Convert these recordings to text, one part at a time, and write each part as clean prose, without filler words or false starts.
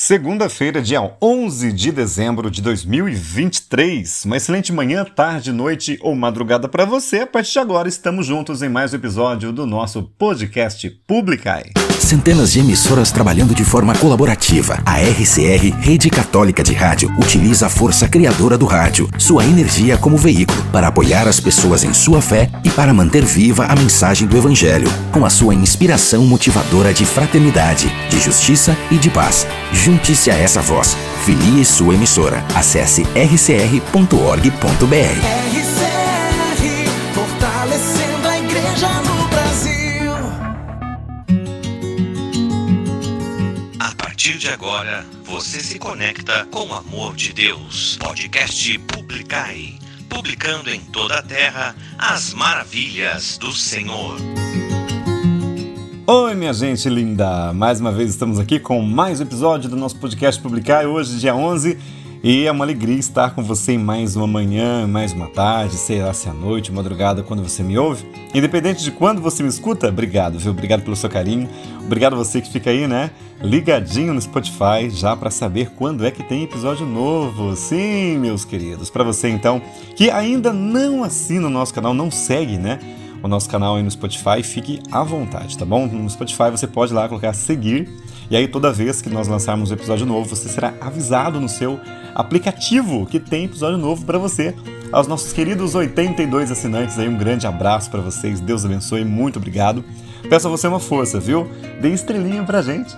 Segunda-feira, dia 11 de dezembro de 2023. Uma excelente manhã, tarde, noite ou madrugada para você. A partir de agora, estamos juntos em mais um episódio do nosso podcast Publicai. Centenas de emissoras trabalhando de forma colaborativa. A RCR, Rede Católica de Rádio, utiliza a força criadora do rádio, sua energia como veículo, para apoiar as pessoas em sua fé e para manter viva a mensagem do Evangelho, com a sua inspiração motivadora de fraternidade, de justiça e de paz. Junte-se a essa voz. Filie sua emissora. Acesse rcr.org.br. RCR, fortalecendo a igreja no Brasil. A partir de agora, você se conecta com o amor de Deus. Podcast Publicai, publicando em toda a terra as maravilhas do Senhor. Oi, minha gente linda! Mais uma vez estamos aqui com mais um episódio do nosso podcast Publicai, hoje dia 11, e é uma alegria estar com você em mais uma manhã, mais uma tarde, sei lá se é noite, madrugada, quando você me ouve. Independente de quando você me escuta, obrigado, viu? Obrigado pelo seu carinho, obrigado a você que fica aí, né? Ligadinho no Spotify, já para saber quando é que tem episódio novo. Sim, meus queridos, para você então, que ainda não assina o nosso canal, não segue, né? O nosso canal aí no Spotify, fique à vontade, tá bom? No Spotify você pode lá colocar seguir, e aí toda vez que nós lançarmos um episódio novo, você será avisado no seu aplicativo que tem episódio novo para você. Aos nossos queridos 82 assinantes aí, um grande abraço para vocês, Deus abençoe, muito obrigado. Peço a você uma força, viu? Dê estrelinha pra gente,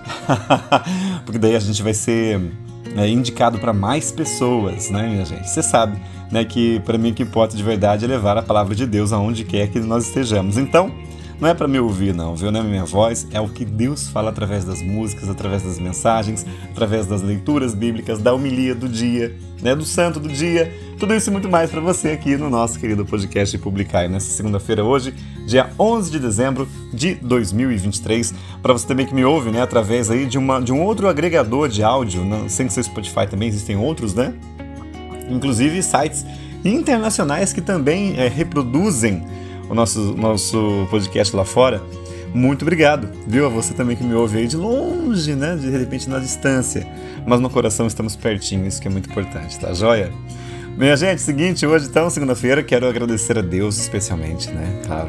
porque daí a gente vai ser indicado para mais pessoas, né, minha gente? Você sabe, né, que para mim o que importa de verdade é levar a palavra de Deus aonde quer que nós estejamos. Então, não é para me ouvir não, viu? Não é minha voz, é o que Deus fala através das músicas, através das mensagens, através das leituras bíblicas, da homilia do dia, né, do santo do dia, tudo isso e muito mais para você aqui no nosso querido podcast Publicai, nessa segunda-feira hoje, dia 11 de dezembro de 2023, para você também que me ouve, né, através aí de um outro agregador de áudio, não, sem ser Spotify também, existem outros, né, inclusive sites internacionais que também reproduzem o nosso podcast lá fora. Muito obrigado, viu? A você também que me ouve aí de longe, né? De repente na distância. Mas no coração estamos pertinho, isso que é muito importante, tá joia? Minha gente, seguinte, hoje então, segunda-feira, quero agradecer a Deus especialmente, né? Claro,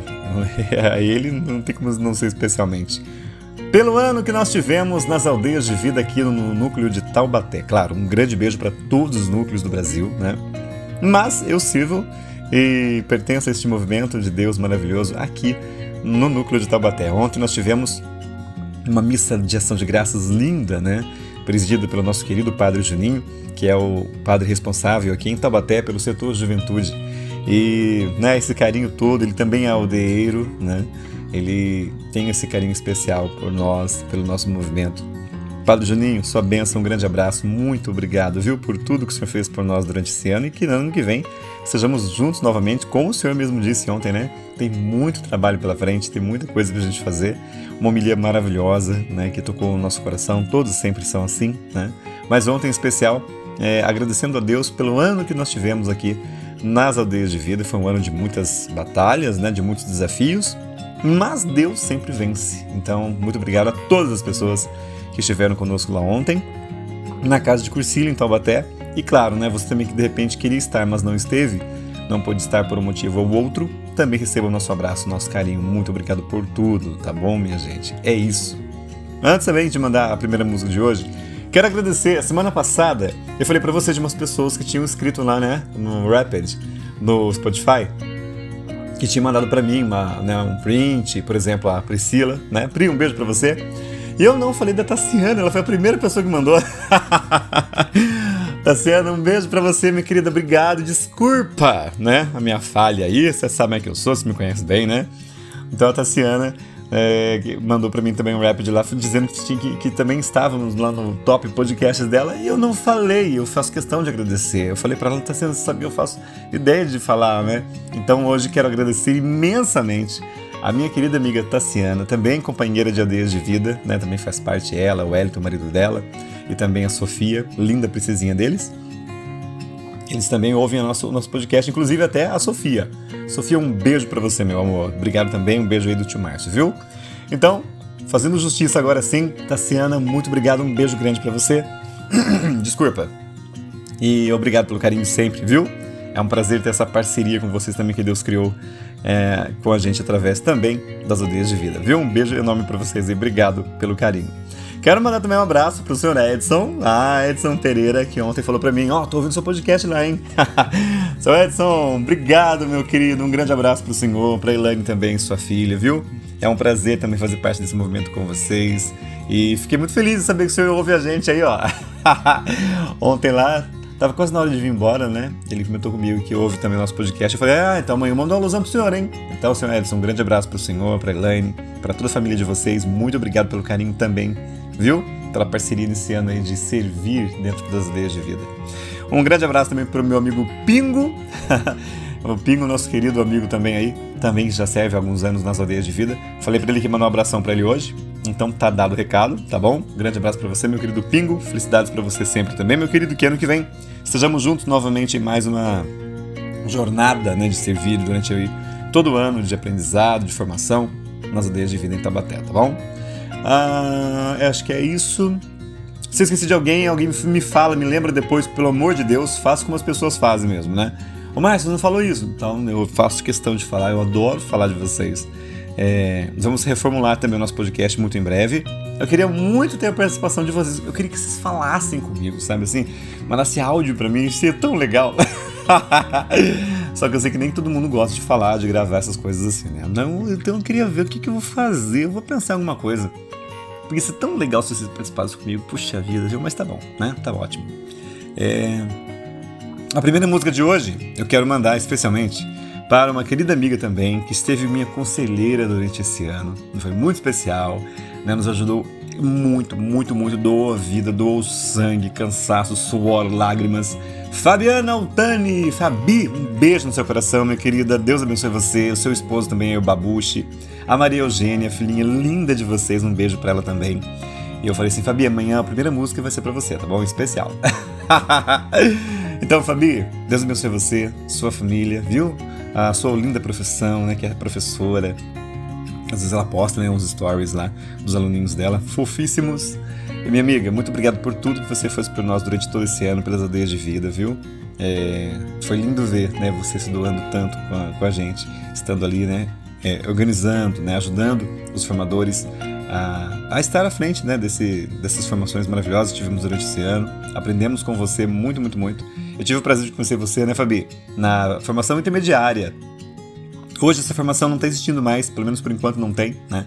a Ele não tem como não ser especialmente. Pelo ano que nós tivemos nas aldeias de vida aqui no núcleo de Taubaté. Claro, um grande beijo para todos os núcleos do Brasil, né? Mas eu sirvo e pertenço a este movimento de Deus maravilhoso aqui no núcleo de Taubaté. Ontem nós tivemos uma missa de ação de graças linda, né? Presidida pelo nosso querido Padre Juninho, que é o padre responsável aqui em Taubaté pelo setor de juventude. E, né, esse carinho todo, ele também é aldeeiro, né? Ele tem esse carinho especial por nós, pelo nosso movimento. Padre Juninho, sua bênção, um grande abraço, muito obrigado, viu, por tudo que o Senhor fez por nós durante esse ano e que no ano que vem sejamos juntos novamente, como o Senhor mesmo disse ontem, né? Tem muito trabalho pela frente, tem muita coisa pra gente fazer, uma homilia maravilhosa, né, que tocou no nosso coração, todos sempre são assim, né? Mas ontem em especial, agradecendo a Deus pelo ano que nós tivemos aqui nas aldeias de vida, foi um ano de muitas batalhas, né, de muitos desafios, mas Deus sempre vence. Então, muito obrigado a todas as pessoas que estiveram conosco lá ontem, na casa de Cursilho, em Taubaté. E claro, né, você também que de repente queria estar, mas não esteve, não pôde estar por um motivo ou outro, também receba o nosso abraço, o nosso carinho. Muito obrigado por tudo, tá bom, minha gente? É isso. Antes também de mandar a primeira música de hoje, quero agradecer. A semana passada eu falei pra você de umas pessoas que tinham escrito lá, né, no Rapid, no Spotify, que tinha mandado pra mim um print, por exemplo, a Priscila, né? Pri, um beijo pra você. E eu não falei da Tassiana, ela foi a primeira pessoa que mandou. Tassiana, um beijo pra você, minha querida, obrigado, desculpa, né, a minha falha aí, você sabe como é que eu sou, você me conhece bem, né? Então a Tassiana mandou pra mim também um rap de lá, dizendo que também estávamos lá no top podcasts dela, e eu não falei, eu faço questão de agradecer. Eu falei pra ela, Tassiana, você sabia, eu faço ideia de falar, né? Então hoje quero agradecer imensamente a minha querida amiga Tassiana, também companheira de aldeias de vida, né? Também faz parte ela, o Wellington, o marido dela, e também a Sofia, linda princesinha deles. Eles também ouvem o nosso podcast, inclusive até a Sofia. Sofia, um beijo pra você, meu amor. Obrigado também, um beijo aí do tio Márcio, viu? Então, fazendo justiça agora sim, Tassiana, muito obrigado, um beijo grande pra você. Desculpa. E obrigado pelo carinho sempre, viu? É um prazer ter essa parceria com vocês também que Deus criou com a gente através também das Aldeias de Vida, viu? Um beijo enorme pra vocês e obrigado pelo carinho. Quero mandar também um abraço pro senhor Edson, Edson Pereira, que ontem falou pra mim, tô ouvindo seu podcast lá, hein? Seu Edson, obrigado, meu querido, um grande abraço pro senhor, pra Elaine também, sua filha, viu? É um prazer também fazer parte desse movimento com vocês e fiquei muito feliz de saber que o senhor ouve a gente aí, ó. Ontem lá, tava quase na hora de vir embora, né? Ele comentou comigo que ouve também o nosso podcast. Eu falei, então amanhã eu mando uma alusão pro senhor, hein? Então, senhor Edson, um grande abraço pro senhor, pra Elaine, pra toda a família de vocês. Muito obrigado pelo carinho também, viu? Pela parceria nesse ano aí de servir dentro das Aldeias de Vida. Um grande abraço também pro meu amigo Pingo. O Pingo, nosso querido amigo também aí, também já serve há alguns anos nas Aldeias de Vida. Falei pra ele que mandou um abração pra ele hoje. Então tá dado o recado, tá bom? Grande abraço pra você, meu querido Pingo. Felicidades pra você sempre também, meu querido, que ano que vem estejamos juntos novamente em mais uma jornada, né, de servir durante aí, todo o ano de aprendizado, de formação nas Aldeias de Vida em Taubaté, tá bom? Acho que é isso. Se eu esqueci de alguém me fala, me lembra depois, pelo amor de Deus, faça como as pessoas fazem mesmo, né? Ô Márcio, você não falou isso? Então eu faço questão de falar, eu adoro falar de vocês. Vamos reformular também o nosso podcast muito em breve. Eu queria muito ter a participação de vocês. Eu queria que vocês falassem comigo, sabe assim? Mandasse áudio pra mim, isso ia tão legal. Só que eu sei que nem todo mundo gosta de falar, de gravar essas coisas assim, né? Não, então eu queria ver o que eu vou fazer. Eu vou pensar em alguma coisa. Porque isso é tão legal se vocês participassem comigo. Puxa vida, viu? Mas tá bom, né? Tá ótimo. A primeira música de hoje eu quero mandar especialmente para uma querida amiga também, que esteve minha conselheira durante esse ano. Foi muito especial, né? Nos ajudou muito, muito, muito. Doou a vida, doou sangue, cansaço, suor, lágrimas. Fabiana Altani, Fabi, um beijo no seu coração, minha querida. Deus abençoe você, o seu esposo também, o Babushi. A Maria Eugênia, filhinha linda de vocês, um beijo para ela também. E eu falei assim, Fabi, amanhã a primeira música vai ser para você, tá bom? Especial. Então, Fabi, Deus abençoe você, sua família, viu? A sua linda profissão, né, que é professora. Às vezes ela posta, né, uns stories lá dos aluninhos dela, fofíssimos. E minha amiga, muito obrigado por tudo que você fez por nós durante todo esse ano, pelas Aldeias de Vida, viu? Foi lindo ver, né, você se doando tanto com a gente, estando ali, né, organizando, né, ajudando os formadores a estar à frente, né, dessas formações maravilhosas que tivemos durante esse ano. Aprendemos com você muito, muito, muito. Eu tive o prazer de conhecer você, né, Fabi, na formação intermediária. Hoje essa formação não está existindo mais, pelo menos por enquanto não tem, né?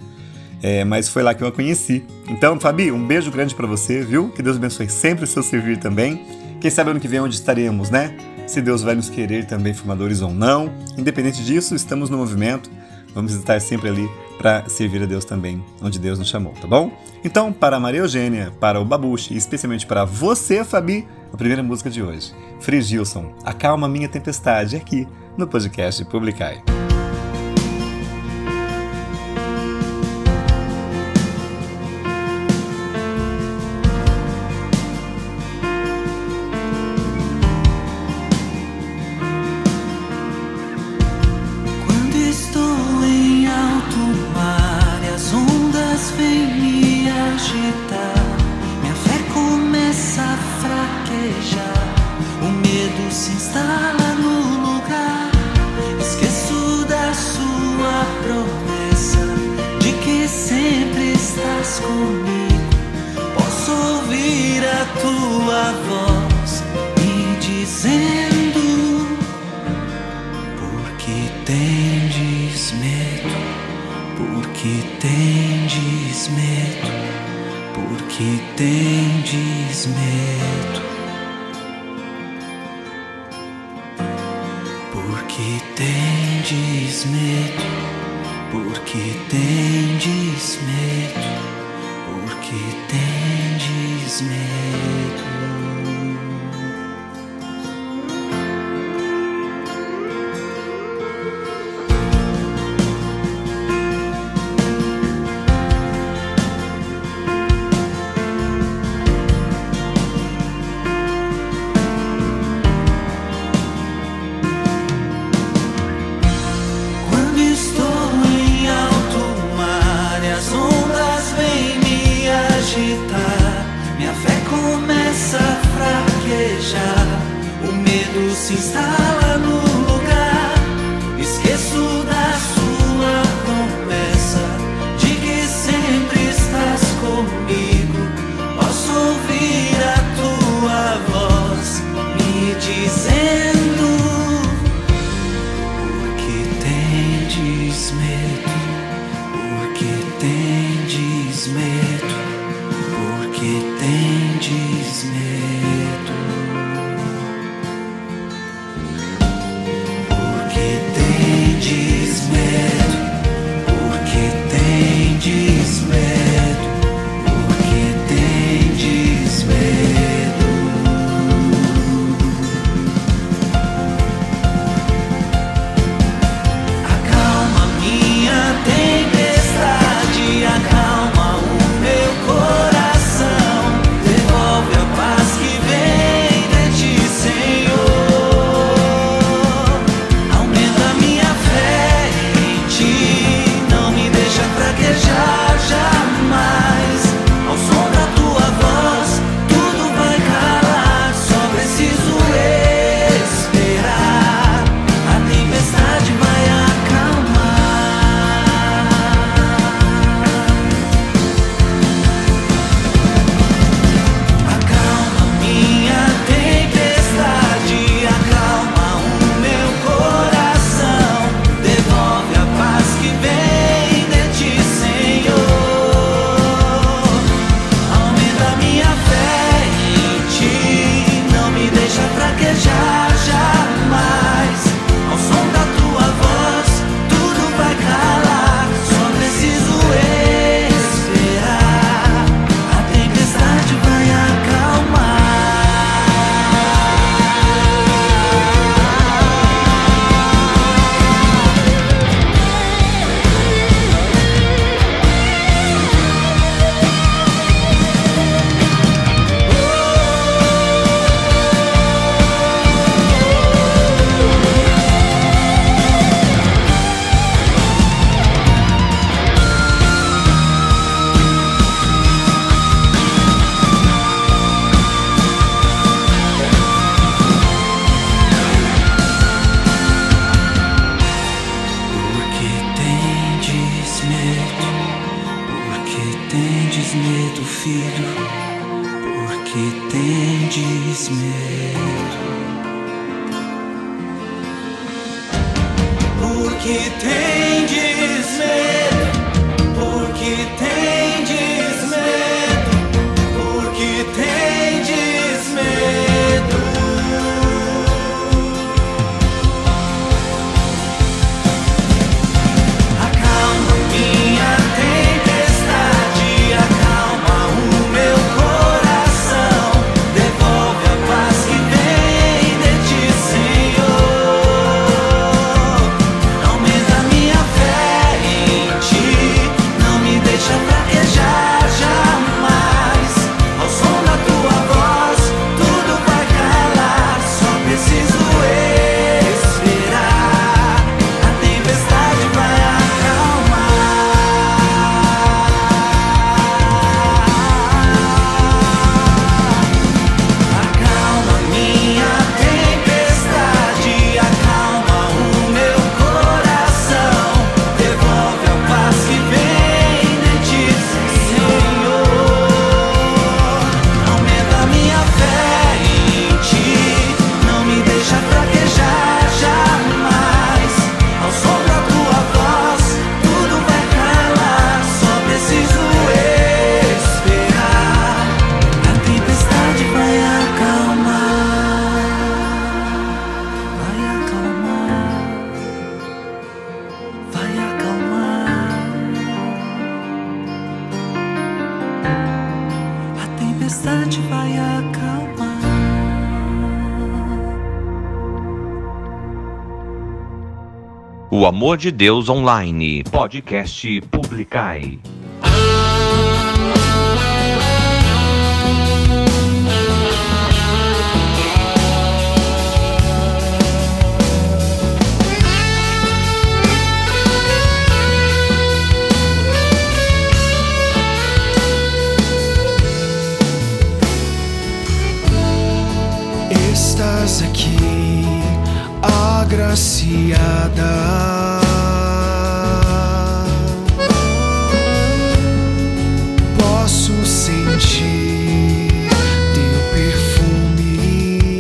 Mas foi lá que eu a conheci. Então, Fabi, um beijo grande pra você, viu? Que Deus abençoe sempre o seu servir também. Quem sabe ano que vem onde estaremos, né? Se Deus vai nos querer também, formadores ou não. Independente disso, estamos no movimento. Vamos estar sempre ali para servir a Deus também, onde Deus nos chamou, tá bom? Então, para a Maria Eugênia, para o Babushi e especialmente para você, Fabi, a primeira música de hoje. Frei Gilson, Acalma Minha Tempestade, aqui no podcast Publicai. Minha fé com se instala no lugar. Esqueço da sua promessa de que sempre estás comigo. Posso ouvir a tua voz me dizendo: por que tendes medo? Por que tendes medo? Por que tendes medo? Por que tendes medo? Por que tendes medo? Por que tendes medo? Acalma minha tempestade, acalma o meu coração, devolve a paz que vem de ti, Senhor. Aumenta minha fé em ti, não me deixa fraquejar jamais. Ao som da tua voz, tudo vai calar, só preciso esperar. A tempestade vai acalmar. Acalma minha tempestade, acalma o meu coração, devolve a paz que vem de ti, Senhor. Aumenta minha fé em ti, não me deixa fraquejar jamais. Ao som da tua voz, tudo vai calar, só preciso esperar. A tempestade vai acalmar. Por que tendes medo? Por que tendes medo, filho? Por que tendes medo? Por que tendes medo? Por que tendes medo? Por que tendes medo? Acalma minha tempestade, acalma o meu coração, devolve a paz que vem de ti, Senhor. Aumenta minha fé em ti, não me deixa fraquejar jamais. Ao som da tua voz, tudo vai calar, só preciso esperar. A tempestade vai acalmar. Acalma minha tempestade, acalma o meu coração, devolve a paz que vem de ti, Senhor. Aumenta minha fé em ti, não me deixa fraquejar jamais. Ao som da tua voz, tudo vai calar, só preciso esperar. A tempestade vai acalmar, vai acalmar, vai acalmar. A tempestade vai acalmar. O Amor de Deus Online, podcast Publicai. estás aqui, agraciada. Posso sentir teu perfume.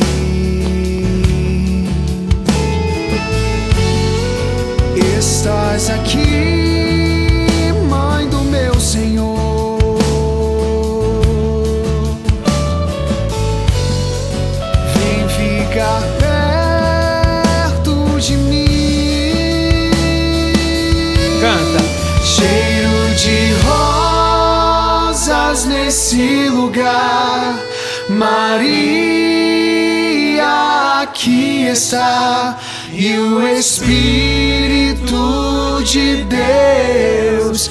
Estás aqui, Mãe do meu Senhor. Vem ficar perto de mim. Canta. Cheiro de rosas nesse lugar, Maria aqui está, e o Espírito de Deus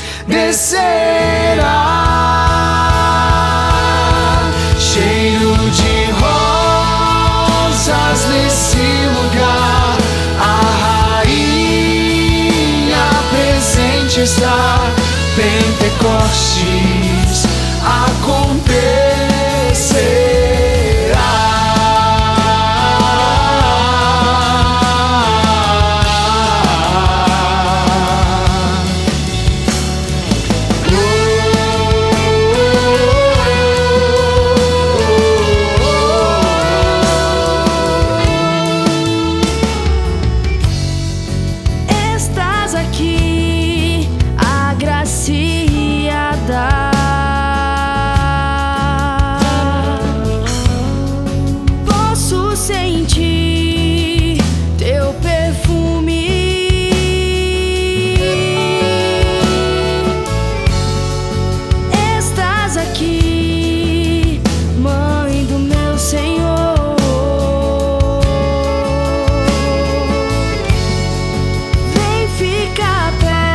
descerá. Cheiro de rosas nesse lugar, a rainha presente está. Pentecostes Estás aqui, agraciada. Posso sentir teu perfume. Estás aqui, Mãe do meu Senhor. Vem ficar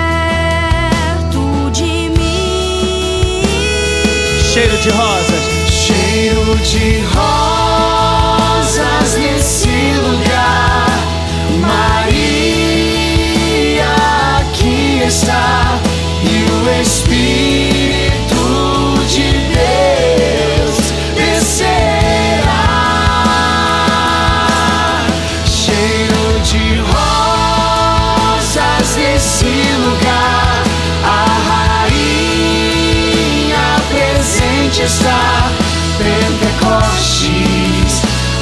perto de mim. Cheiro de rosas. cheiro de rosas nesse lugar, Maria aqui está, e o Espírito de Deus descerá. Cheiro de rosas nesse lugar, a rainha presente está. Pentecostes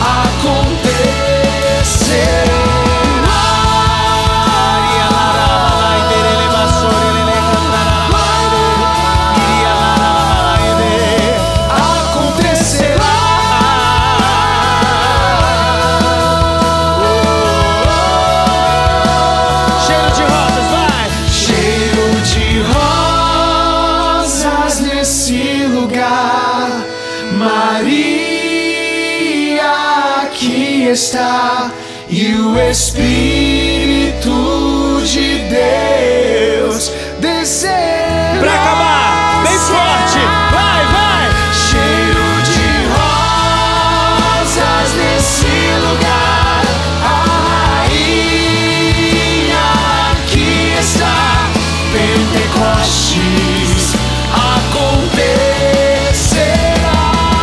Cheiro de rosas, vai. Cheiro de rosas nesse lugar, Maria aqui está, e o Espírito de Deus descerá. Pra acabar, bem forte. Vai, vai. Cheiro de rosas nesse lugar, a rainha aqui está. Pentecostes acontecerá.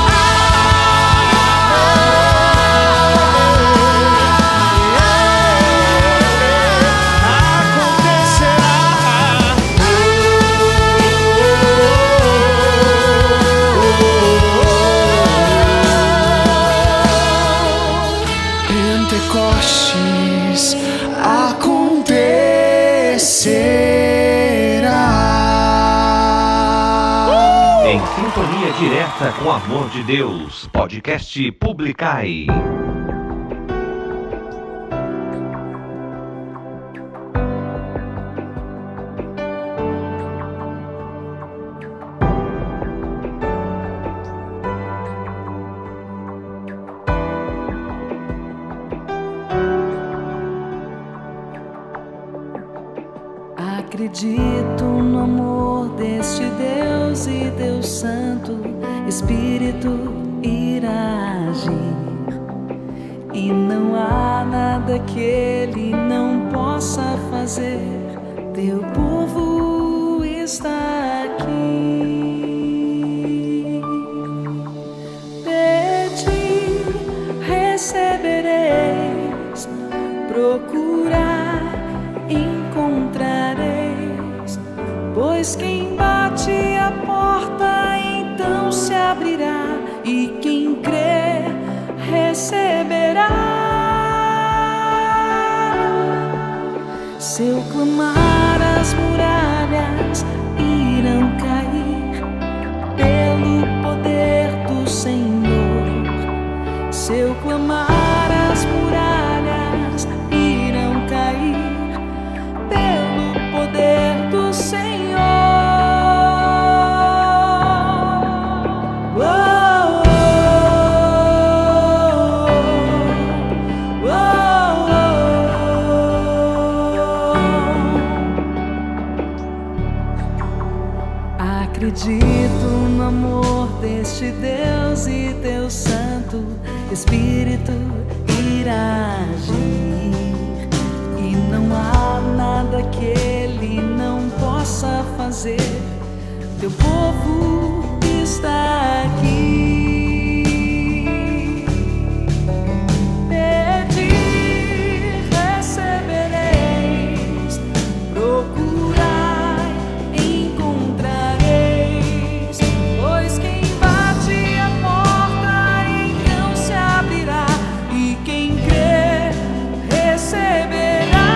Pentecostes acontecerá. Em sintonia direta com o amor de Deus. Podcast Publicai. Acredito no amor deste Deus e Deus Santo, Espírito irá agir, e não há nada que Ele não possa fazer. Teu povo está aqui. Pede, recebe quem crê receberá. Se eu clamar, as muralhas irão cair pelo poder do Senhor. Se eu clamar, as muralhas irão cair pelo poder do Senhor. Acredito no amor deste Deus e teu Santo Espírito irá agir, e não há nada que ele não possa fazer. Teu povo está aqui. Pedir, recebereis, procurai, encontrareis, pois quem bate a porta então se abrirá, e quem crê receberá.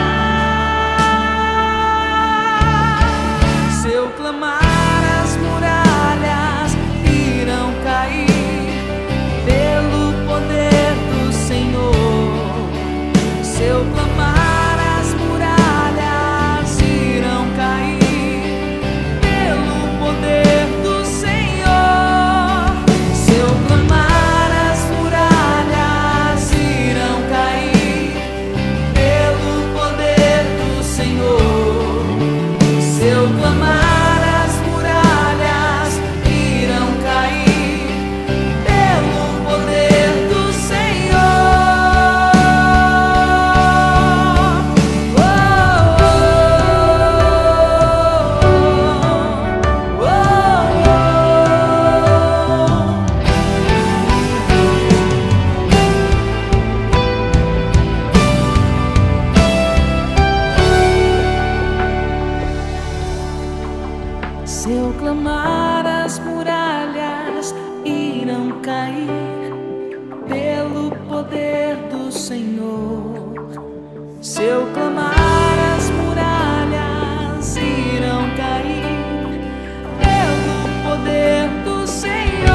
Se eu clamar, as muralhas irão cair pelo poder do Senhor. Se eu clamar, as muralhas irão cair pelo poder do Senhor. Se eu clamar, as muralhas irão cair pelo poder do Senhor. Se eu clamar, as muralhas irão cair pelo poder do Senhor. Se eu clamar, as muralhas irão cair pelo poder do Senhor. Se eu clamar, as muralhas irão cair pelo poder do Senhor.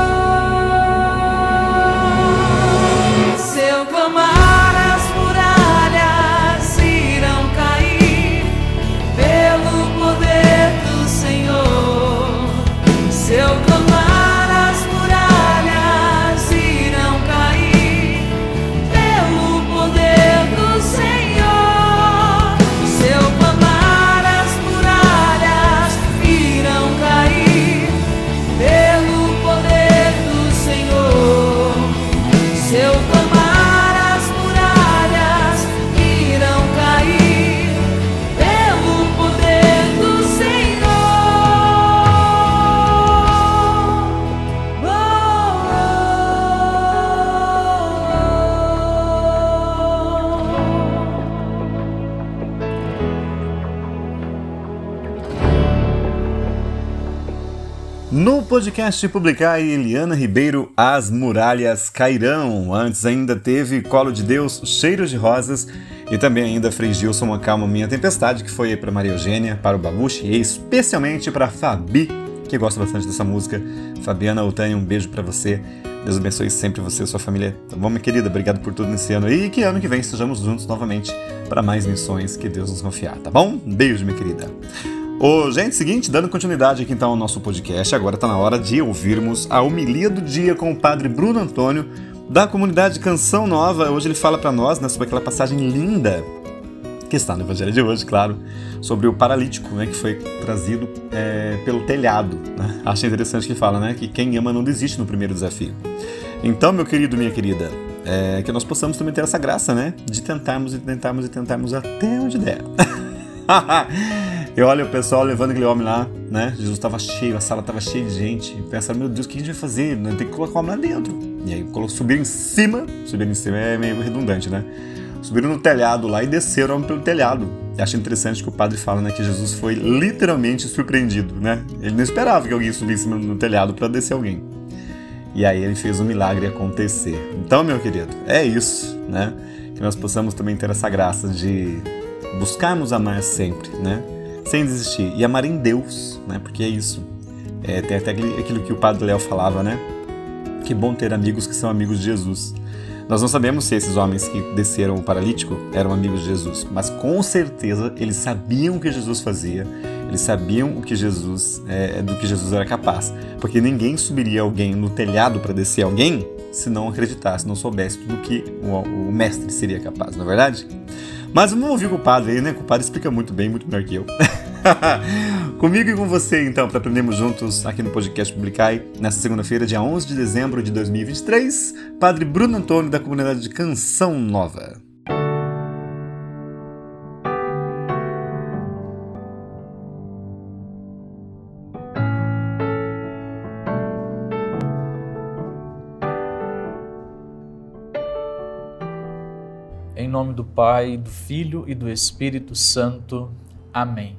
Se eu clamar, as muralhas irão cair pelo poder do Senhor. Se eu clamar, as muralhas irão cair pelo poder do Senhor. Se eu clamar, as muralhas irão cair pelo poder do Senhor. Se eu clamar, as muralhas irão cair pelo poder do Senhor. No podcast Publicar, Eliana Ribeiro, As Muralhas Cairão. Antes ainda teve Colo de Deus, Cheiros de Rosas, e também ainda Frei Gilson, Acalma Minha Tempestade, que foi para Maria Eugênia, para o Babuche e especialmente para Fabi, que gosta bastante dessa música. Fabiana Otânia, um beijo para você. Deus abençoe sempre você e sua família. Tá bom, minha querida? Obrigado por tudo nesse ano aí, e que ano que vem estejamos juntos novamente para mais missões que Deus nos confiar, tá bom? Um beijo, minha querida. Ô, gente, seguinte, dando continuidade aqui então ao nosso podcast, agora está na hora de ouvirmos a homilia do dia com o padre Bruno Antônio, da comunidade Canção Nova. Hoje ele fala para nós, né, sobre aquela passagem linda que está no Evangelho de hoje, claro, sobre o paralítico, né, que foi trazido pelo telhado, né? Acho interessante que fala, né, que quem ama não desiste no primeiro desafio. Então, meu querido, minha querida, que nós possamos também ter essa graça, né, de tentarmos até onde der. E olha o pessoal levando aquele homem lá, né? Jesus estava cheio, a sala estava cheia de gente. Pensaram, meu Deus, o que a gente vai fazer? Tem que colocar o homem lá dentro. E aí subiram em cima é meio redundante, né? Subiram no telhado lá e desceram o homem pelo telhado. E acho interessante que o padre fala, né, que Jesus foi literalmente surpreendido, né? Ele não esperava que alguém subisse no telhado para descer alguém. E aí ele fez o milagre acontecer. Então, meu querido, é isso, né? Que nós possamos também ter essa graça de buscarmos amar sempre, né? Sem desistir. E amar em Deus, né? Porque é isso. Tem até aquilo que o Padre Léo falava, né? Que bom ter amigos que são amigos de Jesus. Nós não sabemos se esses homens que desceram o paralítico eram amigos de Jesus, mas com certeza eles sabiam o que Jesus fazia, eles sabiam do que Jesus era capaz, porque ninguém subiria alguém no telhado para descer alguém se não acreditasse, não soubesse tudo que o mestre seria capaz, não é verdade? Mas vamos ouvir com o padre aí, né? O padre explica muito bem, muito melhor que eu. Comigo e com você, então, para aprendermos juntos aqui no Podcast Publicai, nessa segunda-feira, dia 11 de dezembro de 2023, Padre Bruno Antônio, da comunidade de Canção Nova. Em nome do Pai, do Filho e do Espírito Santo. Amém.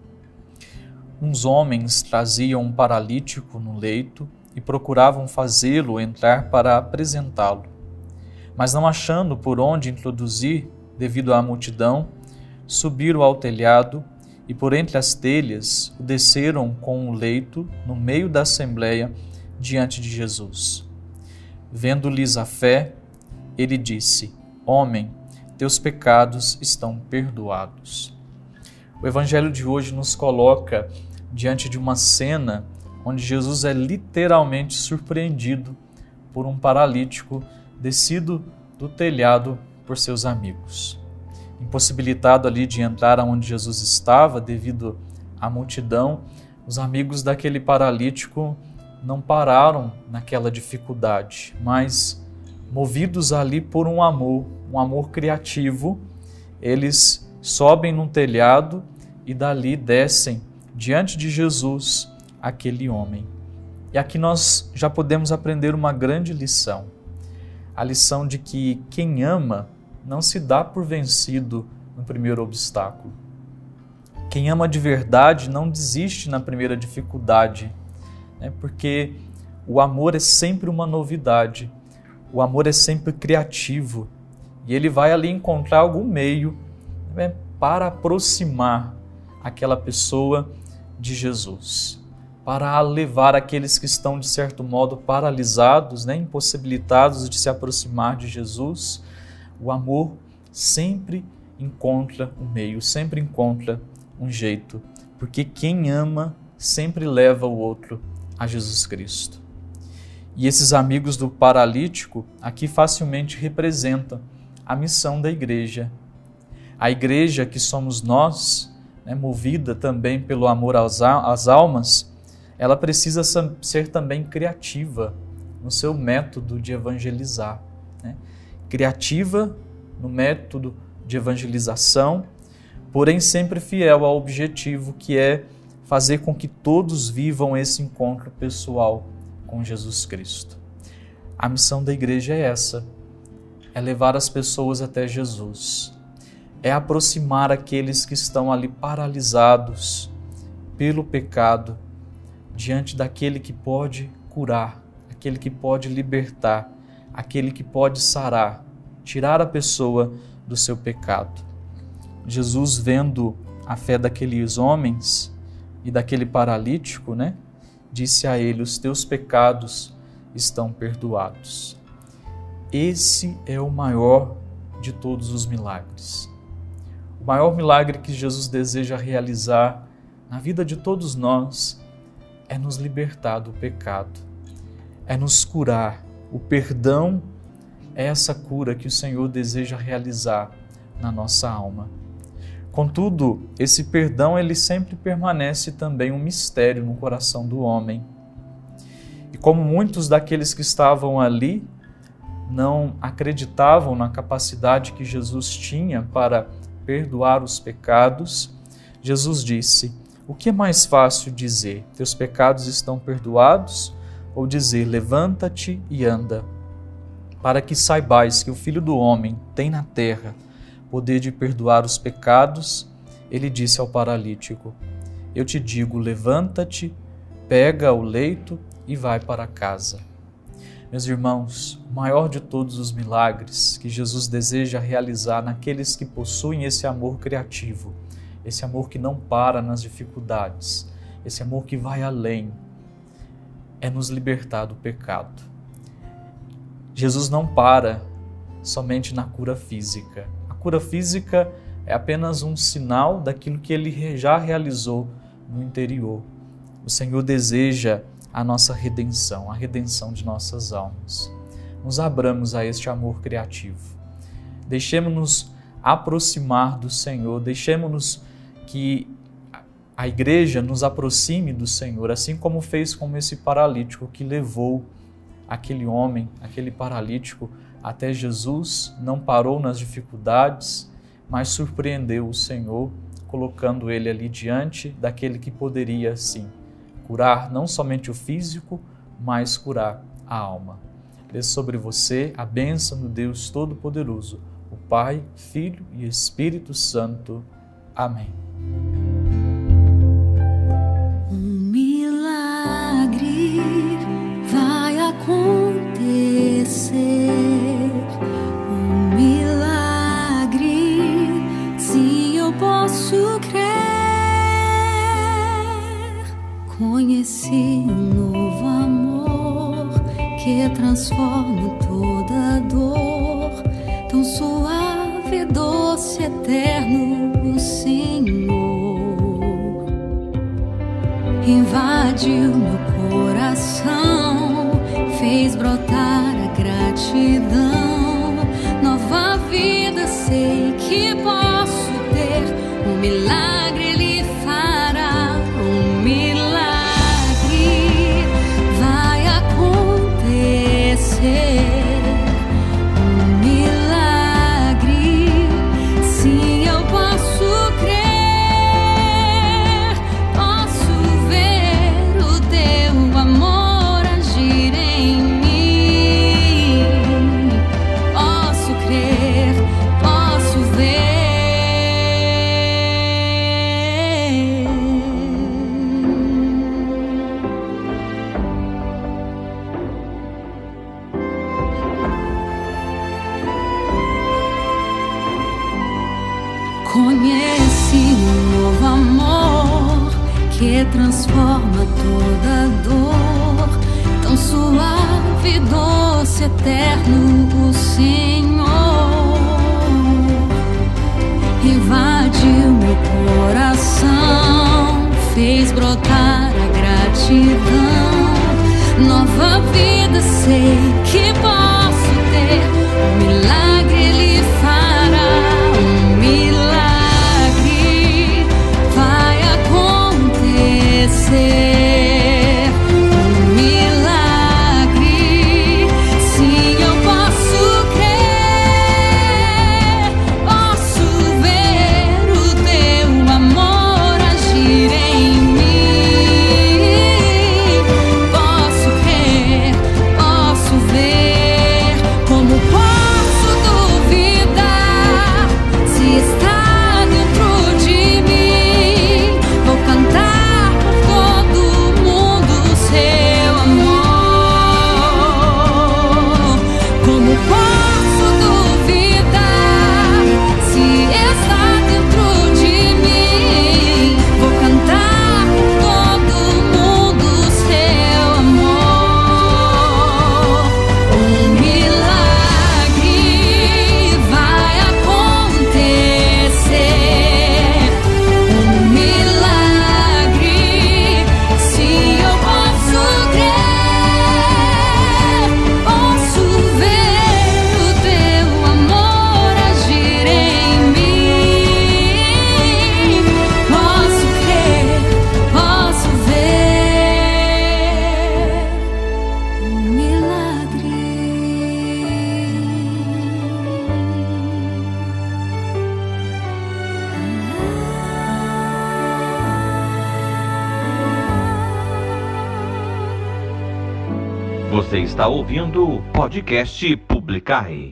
Uns homens traziam um paralítico no leito e procuravam fazê-lo entrar para apresentá-lo. Mas não achando por onde introduzir, devido à multidão, subiram ao telhado e por entre as telhas o desceram com o leito no meio da assembleia diante de Jesus. Vendo-lhes a fé, ele disse: Homem, teus pecados estão perdoados. O Evangelho de hoje nos coloca diante de uma cena onde Jesus é literalmente surpreendido por um paralítico descido do telhado por seus amigos. Impossibilitado ali de entrar aonde Jesus estava devido à multidão, os amigos daquele paralítico não pararam naquela dificuldade, mas movidos ali por um amor criativo, eles sobem no telhado e dali descem diante de Jesus aquele homem. E aqui nós já podemos aprender uma grande lição. A lição de que quem ama não se dá por vencido no primeiro obstáculo. Quem ama de verdade não desiste na primeira dificuldade, né? Porque o amor é sempre uma novidade, o amor é sempre criativo e ele vai ali encontrar algum meio, né, para aproximar aquela pessoa de Jesus, para levar aqueles que estão, de certo modo, paralisados, né, impossibilitados de se aproximar de Jesus. O amor sempre encontra um meio, sempre encontra um jeito, porque quem ama sempre leva o outro a Jesus Cristo. E esses amigos do paralítico aqui facilmente representam a missão da igreja. A igreja que somos nós, né, movida também pelo amor às almas, ela precisa ser também criativa no seu método de evangelizar, né? Criativa no método de evangelização, porém sempre fiel ao objetivo que é fazer com que todos vivam esse encontro pessoal com Jesus Cristo. A missão da igreja é essa, é levar as pessoas até Jesus, é aproximar aqueles que estão ali paralisados pelo pecado, diante daquele que pode curar, aquele que pode libertar, aquele que pode sarar, tirar a pessoa do seu pecado. Jesus, vendo a fé daqueles homens e daquele paralítico, né, disse a ele: os teus pecados estão perdoados. Esse é o maior de todos os milagres. O maior milagre que Jesus deseja realizar na vida de todos nós é nos libertar do pecado, é nos curar. O perdão é essa cura que o Senhor deseja realizar na nossa alma. Contudo, esse perdão ele sempre permanece também um mistério no coração do homem. E como muitos daqueles que estavam ali não acreditavam na capacidade que Jesus tinha para perdoar os pecados, Jesus disse: o que é mais fácil dizer? Teus pecados estão perdoados? Ou dizer: levanta-te e anda? Para que saibais que o Filho do Homem tem na terra poder de perdoar os pecados, ele disse ao paralítico: eu te digo, levanta-te, pega o leito e vai para casa. Meus irmãos, o maior de todos os milagres que Jesus deseja realizar naqueles que possuem esse amor criativo, esse amor que não para nas dificuldades, esse amor que vai além, é nos libertar do pecado. Jesus não para somente na cura física. A cura física é apenas um sinal daquilo que Ele já realizou no interior. O Senhor deseja a nossa redenção, a redenção de nossas almas. Nos abramos a este amor criativo. Deixemos-nos aproximar do Senhor, deixemos-nos que a igreja nos aproxime do Senhor, assim como fez com esse paralítico que levou aquele homem, aquele paralítico até Jesus, não parou nas dificuldades, mas surpreendeu o Senhor, colocando ele ali diante daquele que poderia, sim, curar não somente o físico, mas curar a alma. Desça sobre você a bênção do Deus Todo-Poderoso, o Pai, Filho e Espírito Santo. Amém. Um milagre vai acontecer. Um milagre, sim, eu posso crer. Conheci um novo amor que transforma toda dor. Tão suave, doce, eterno, o Senhor invadiu meu coração, fez brotar a gratidão. Nova vida sei que posso ter, um milagre Ele fará, um milagre vai acontecer. Um milagre, sim, eu posso crer, posso ver o teu amor agir em mim. Posso crer, posso ver. Conheci um novo amor que transforma toda dor. Tão suave, doce, eterno, o Senhor invadiu meu coração, fez brotar a gratidão. Nova vida sei que posso ter, um milagre Ele fará, um milagre vai acontecer. Um milagre, sim, eu posso crer, posso ver o teu amor agir em mim. Posso crer, posso ver. Como posso duvidar se está dentro de mim? Vou cantar por todo mundo o seu amor. Como posso duvidar se está dentro de mim? Vou cantar por todo mundo o seu amor. Um milagre vai acontecer. Um milagre, sim, eu posso crer, posso ver o teu amor agir em mim. Posso crer, posso ver um milagre. Você está ouvindo o podcast Publicai.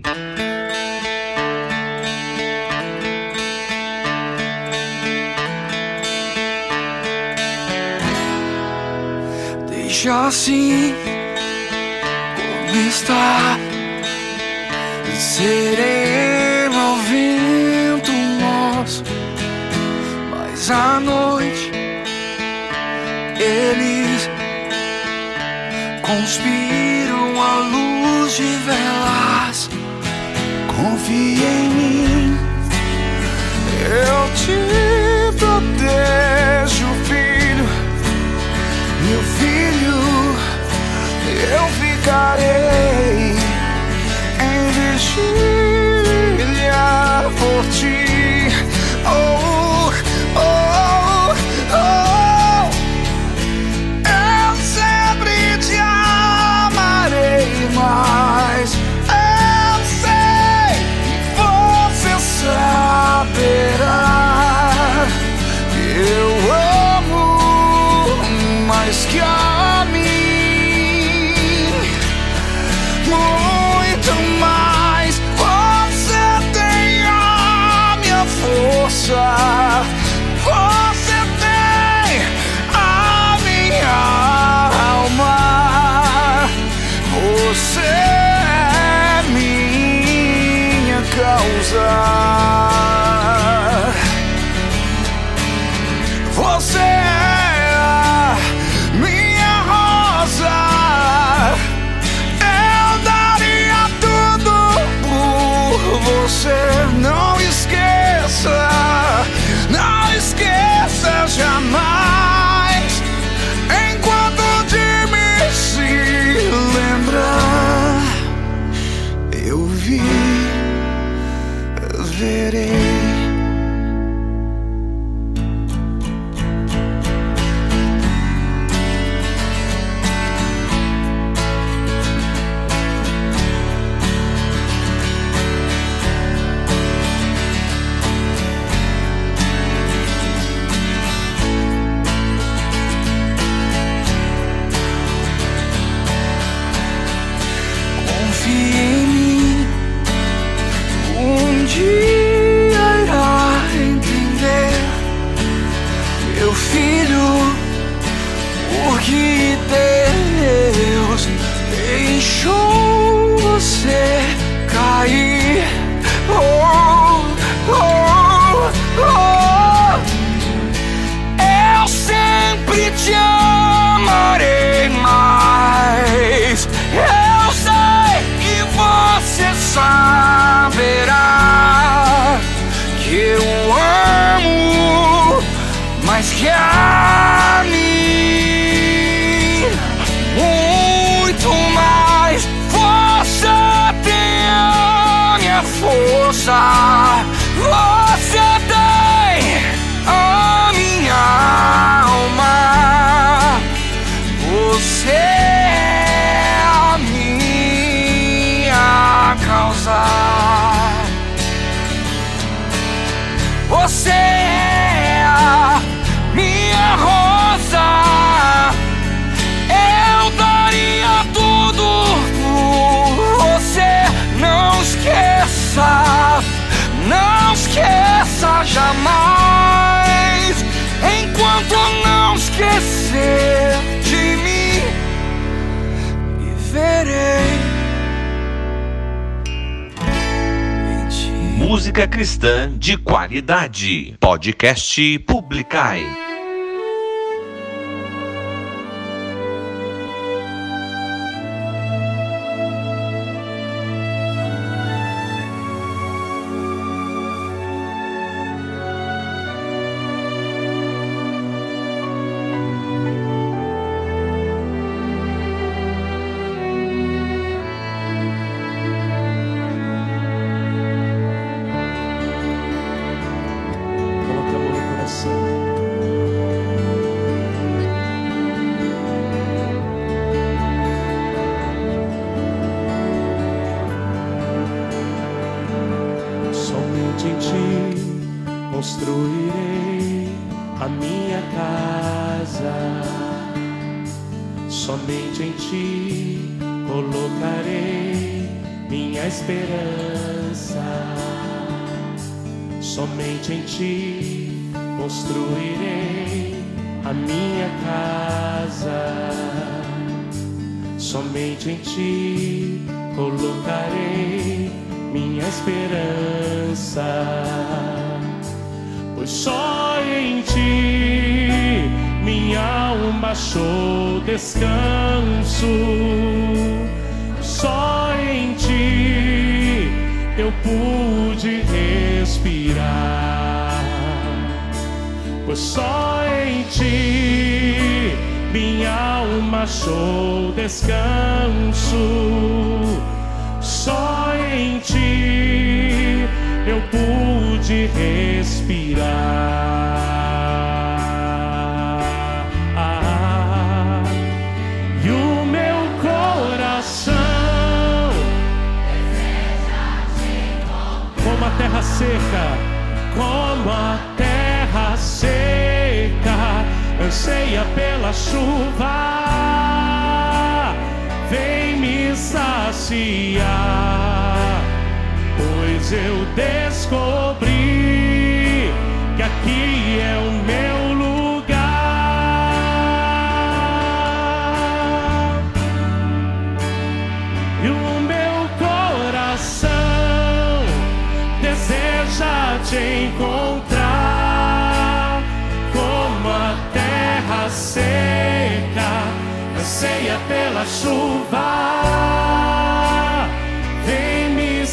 Deixa assim está. Sereno ao vento nosso, mas à noite eles conspiram à luz de velas. Confia em mim, eu te protejo, filho. Meu filho, eu ficarei em vigília por ti. Oh, oh, oh, eu sempre te amarei, mas eu sei que você saberá que eu amo mais que a mim. Muito mais, você tem a minha força, você tem a minha alma, você é minha causa, você é a minha rosa. Você não esqueça, não esqueça jamais, enquanto de mim se lembrar. Eu vi, eu verei. Que Deus deixou você cair. Oh, oh, oh. Eu sempre te amarei, mas eu sei que você saberá que eu amo mais que a mim. Muito mais, você tem a minha força, você tem a minha alma, você é a minha causa, você é a minha rosa. Eu daria tudo por você. Não esqueça, não esqueça jamais, enquanto não esquecer de mim, viverei em ti. Música cristã de qualidade. Podcast Publicai. Construirei a minha casa, somente em ti colocarei minha esperança, somente em ti construirei a minha casa, somente em ti colocarei minha esperança, pois só em ti minha alma achou descanso, só em ti eu pude respirar, pois só em ti minha alma achou descanso, só em ti eu pude respirar. E o meu coração deseja te encontrar, como a terra seca, como a terra seca anseia pela chuva, vem me saciar, pois eu descobri que aqui é o meu lugar. E o meu coração deseja te encontrar, como a terra seca anseia pela chuva, vem me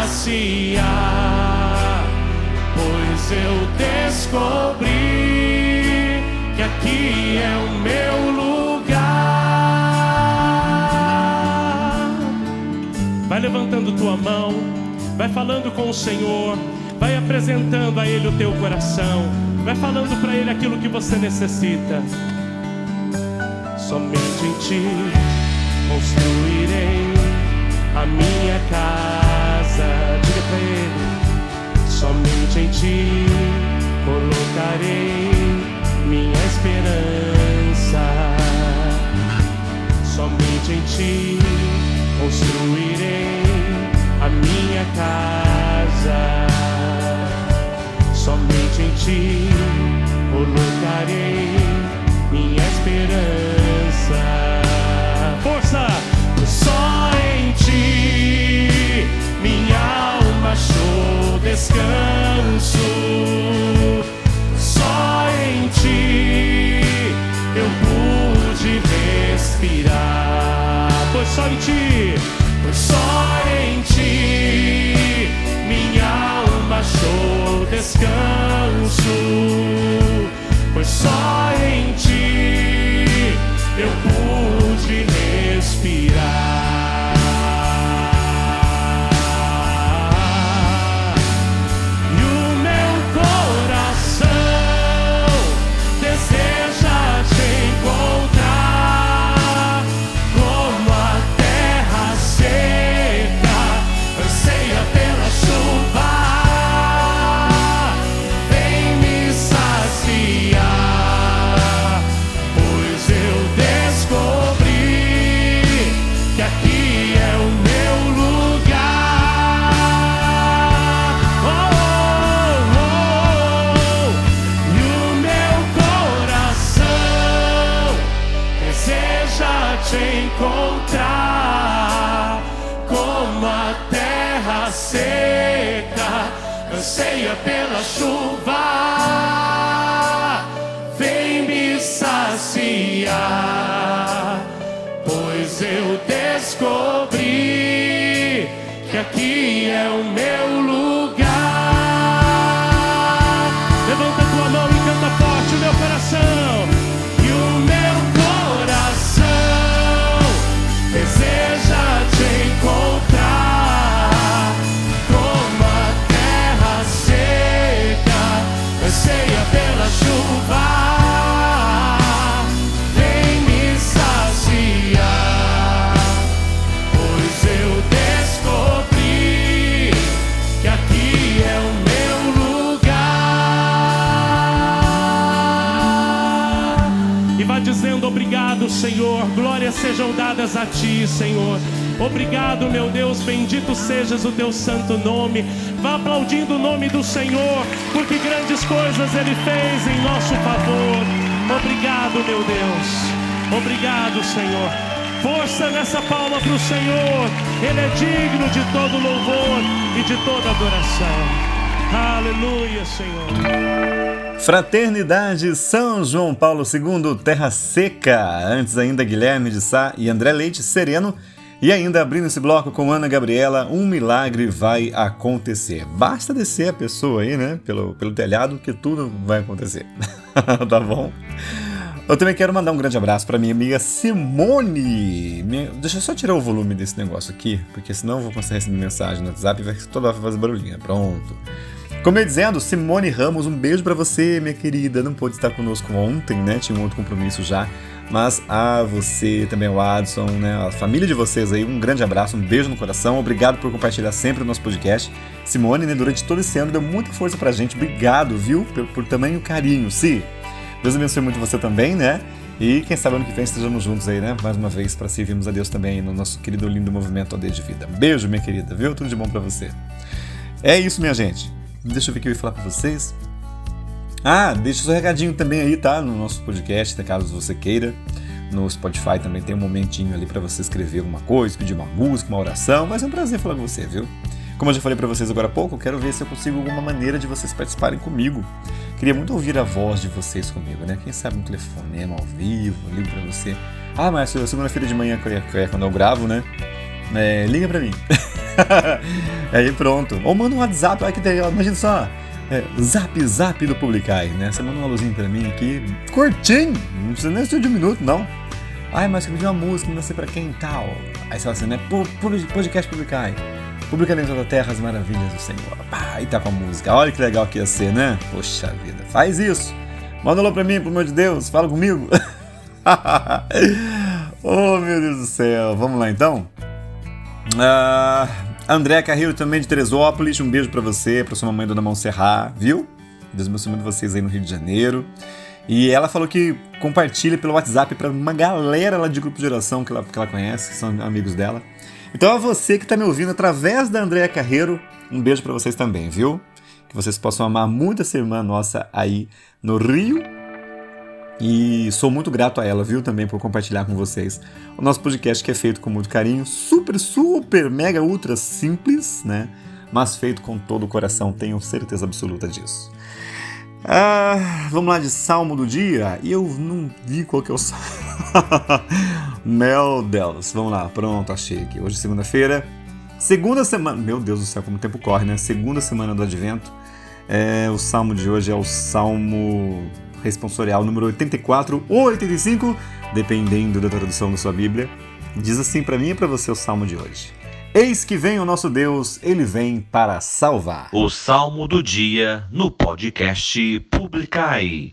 saciar, pois eu descobri que aqui é o meu lugar. Vai levantando tua mão, vai falando com o Senhor, vai apresentando a Ele o teu coração, vai falando para Ele aquilo que você necessita. Somente em ti construirei a minha casa. Diga para Ele: somente em ti colocarei minha esperança, somente em ti construirei a minha casa, somente em ti colocarei minha esperança. Força! Só em ti minha alma achou descanso, só em ti eu pude respirar, pois só em ti, pois só em ti minha alma achou descanso, pois só em ti eu pude respirar. E o meu coração deseja te encontrar, como a terra seca anseia pela chuva, vem me saciar, pois eu descobri que aqui é o meu lugar. Oh, oh, oh. E o meu coração deseja te encontrar, como a terra seca anseia pela chuva, vem me saciar, pois eu descobri que aqui é o meu lugar. Levanta tua mão e canta forte: o meu coração. E o meu coração deseja te encontrar, como a terra seca anseia pela chuva, vem me saciar, pois eu descobri que aqui é o meu lugar. E vai dizendo: obrigado, Senhor, glórias sejam dadas a ti, Senhor. Obrigado, meu Deus, bendito sejas o teu santo nome. Vá aplaudindo o nome do Senhor, porque grandes coisas Ele fez em nosso favor. Obrigado, meu Deus. Obrigado, Senhor. Força nessa palma para o Senhor. Ele é digno de todo louvor e de toda adoração. Aleluia, Senhor. Fraternidade São João Paulo II, Terra Seca. Antes ainda Guilherme de Sá e André Leite Sereno. E ainda abrindo esse bloco com Ana Gabriela, um milagre vai acontecer. Basta descer a pessoa aí, né, pelo telhado que tudo vai acontecer. Tá bom? Eu também quero mandar um grande abraço para minha amiga Simone. Deixa eu só tirar o volume desse negócio aqui, porque senão eu vou começar a receber mensagem no WhatsApp e vai toda hora fazer barulhinho. Pronto. Como eu ia dizendo, Simone Ramos, um beijo para você, minha querida. Não pôde estar conosco ontem, né? Tinha um outro compromisso já. Mas a você, também o Adson, né? A família de vocês aí, um grande abraço, um beijo no coração. Obrigado por compartilhar sempre o nosso podcast. Simone, né, durante todo esse ano, deu muita força pra gente. Obrigado, viu? Por tamanho carinho. Sim. Deus abençoe muito você também, né? E quem sabe ano que vem estejamos juntos aí, né? Mais uma vez, para servirmos a Deus também no nosso querido lindo movimento AD de Vida. Beijo, minha querida, viu? Tudo de bom pra você. É isso, minha gente. Deixa eu ver o que eu ia falar pra vocês. Deixa o seu recadinho também aí, tá? No nosso podcast, caso você queira. No Spotify também tem um momentinho ali pra você escrever alguma coisa, pedir uma música, uma oração. Vai ser um prazer falar com você, viu? Como eu já falei pra vocês agora há pouco, eu quero ver se eu consigo alguma maneira de vocês participarem comigo. Queria muito ouvir a voz de vocês comigo, né? Quem sabe um telefonema ao vivo, ligo pra você. Mas segunda-feira de manhã, que é quando eu gravo, né? Liga pra mim. Aí pronto. Ou manda um WhatsApp, olha que legal, imagina só. Zap do Publicai, né? Você manda uma luzinha pra mim aqui, curtinho, não precisa nem ser de um minuto, não. Mas eu pedi uma música, não sei pra quem e tal. Aí você fala assim, né? Podcast Publicai. Publicando em toda a terra as maravilhas do Senhor. E tá com a música. Olha que legal que ia ser, né? Poxa vida, faz isso. Manda um alô pra mim, pelo amor de Deus. Fala comigo. Oh, meu Deus do céu. Vamos lá, então? André Carreiro, também de Teresópolis. Um beijo pra você, pra sua mamãe, Dona Montserrat, viu? Deus abençoe muito vocês aí no Rio de Janeiro. E ela falou que compartilha pelo WhatsApp pra uma galera lá de grupo de oração que ela conhece, que são amigos dela. Então é você que está me ouvindo através da Andréa Carreiro, um beijo para vocês também, viu? Que vocês possam amar muito essa irmã nossa aí no Rio. E sou muito grato a ela, viu, também por compartilhar com vocês o nosso podcast, que é feito com muito carinho, super, mega, ultra simples, né? Mas feito com todo o coração, tenho certeza absoluta disso. Vamos lá de Salmo do Dia. E eu não vi qual que é o salmo. Meu Deus, vamos lá, pronto, achei aqui. Hoje é segunda-feira, segunda semana, meu Deus do céu, como o tempo corre, né? Segunda semana do Advento. O salmo de hoje é o Salmo responsorial número 84 ou 85, dependendo da tradução da sua Bíblia. Diz assim para mim e para você o salmo de hoje: Eis que vem o nosso Deus, ele vem para salvar. O Salmo do Dia no podcast Publicai.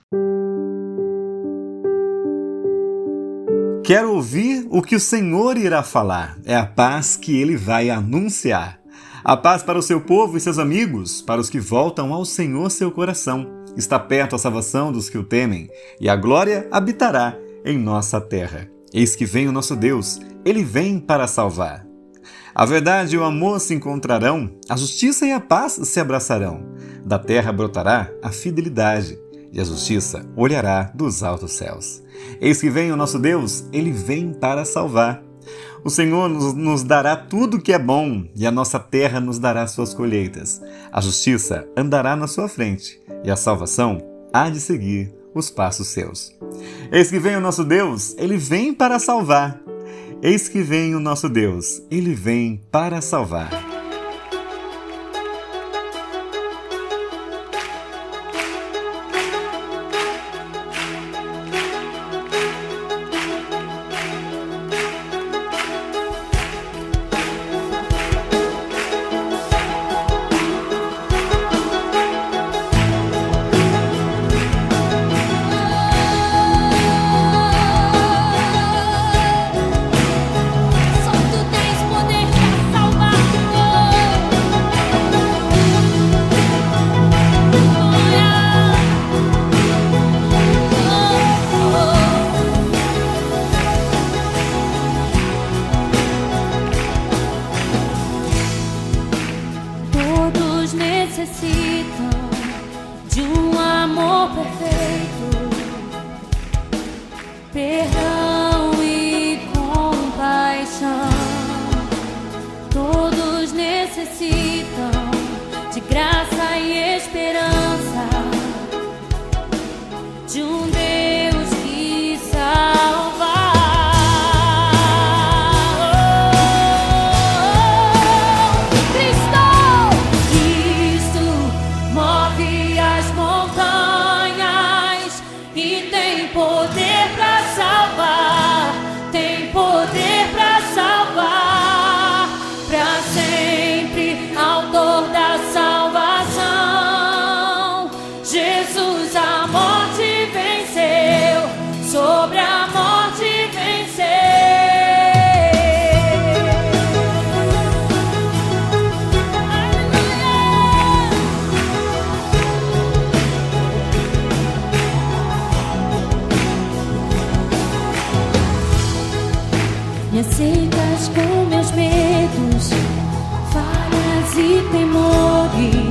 Quero ouvir o que o Senhor irá falar. É a paz que ele vai anunciar. A paz para o seu povo e seus amigos, para os que voltam ao Senhor seu coração. Está perto a salvação dos que o temem, e a glória habitará em nossa terra. Eis que vem o nosso Deus, ele vem para salvar. A verdade e o amor se encontrarão, a justiça e a paz se abraçarão. Da terra brotará a fidelidade, e a justiça olhará dos altos céus. Eis que vem o nosso Deus, ele vem para salvar. O Senhor nos dará tudo que é bom, e a nossa terra nos dará suas colheitas. A justiça andará na sua frente, e a salvação há de seguir os passos seus. Eis que vem o nosso Deus, ele vem para salvar. Eis que vem o nosso Deus, ele vem para salvar. Perdão e compaixão. necessitam de graça e esperança, de um Deus que salva. Cristo move as montanhas e tem poder para salvar, tem poder para salvar, para sempre, autor da salvação. Jesus a morte venceu, sobre a morte venceu. Me aceitas com meus medos, falhas e temores.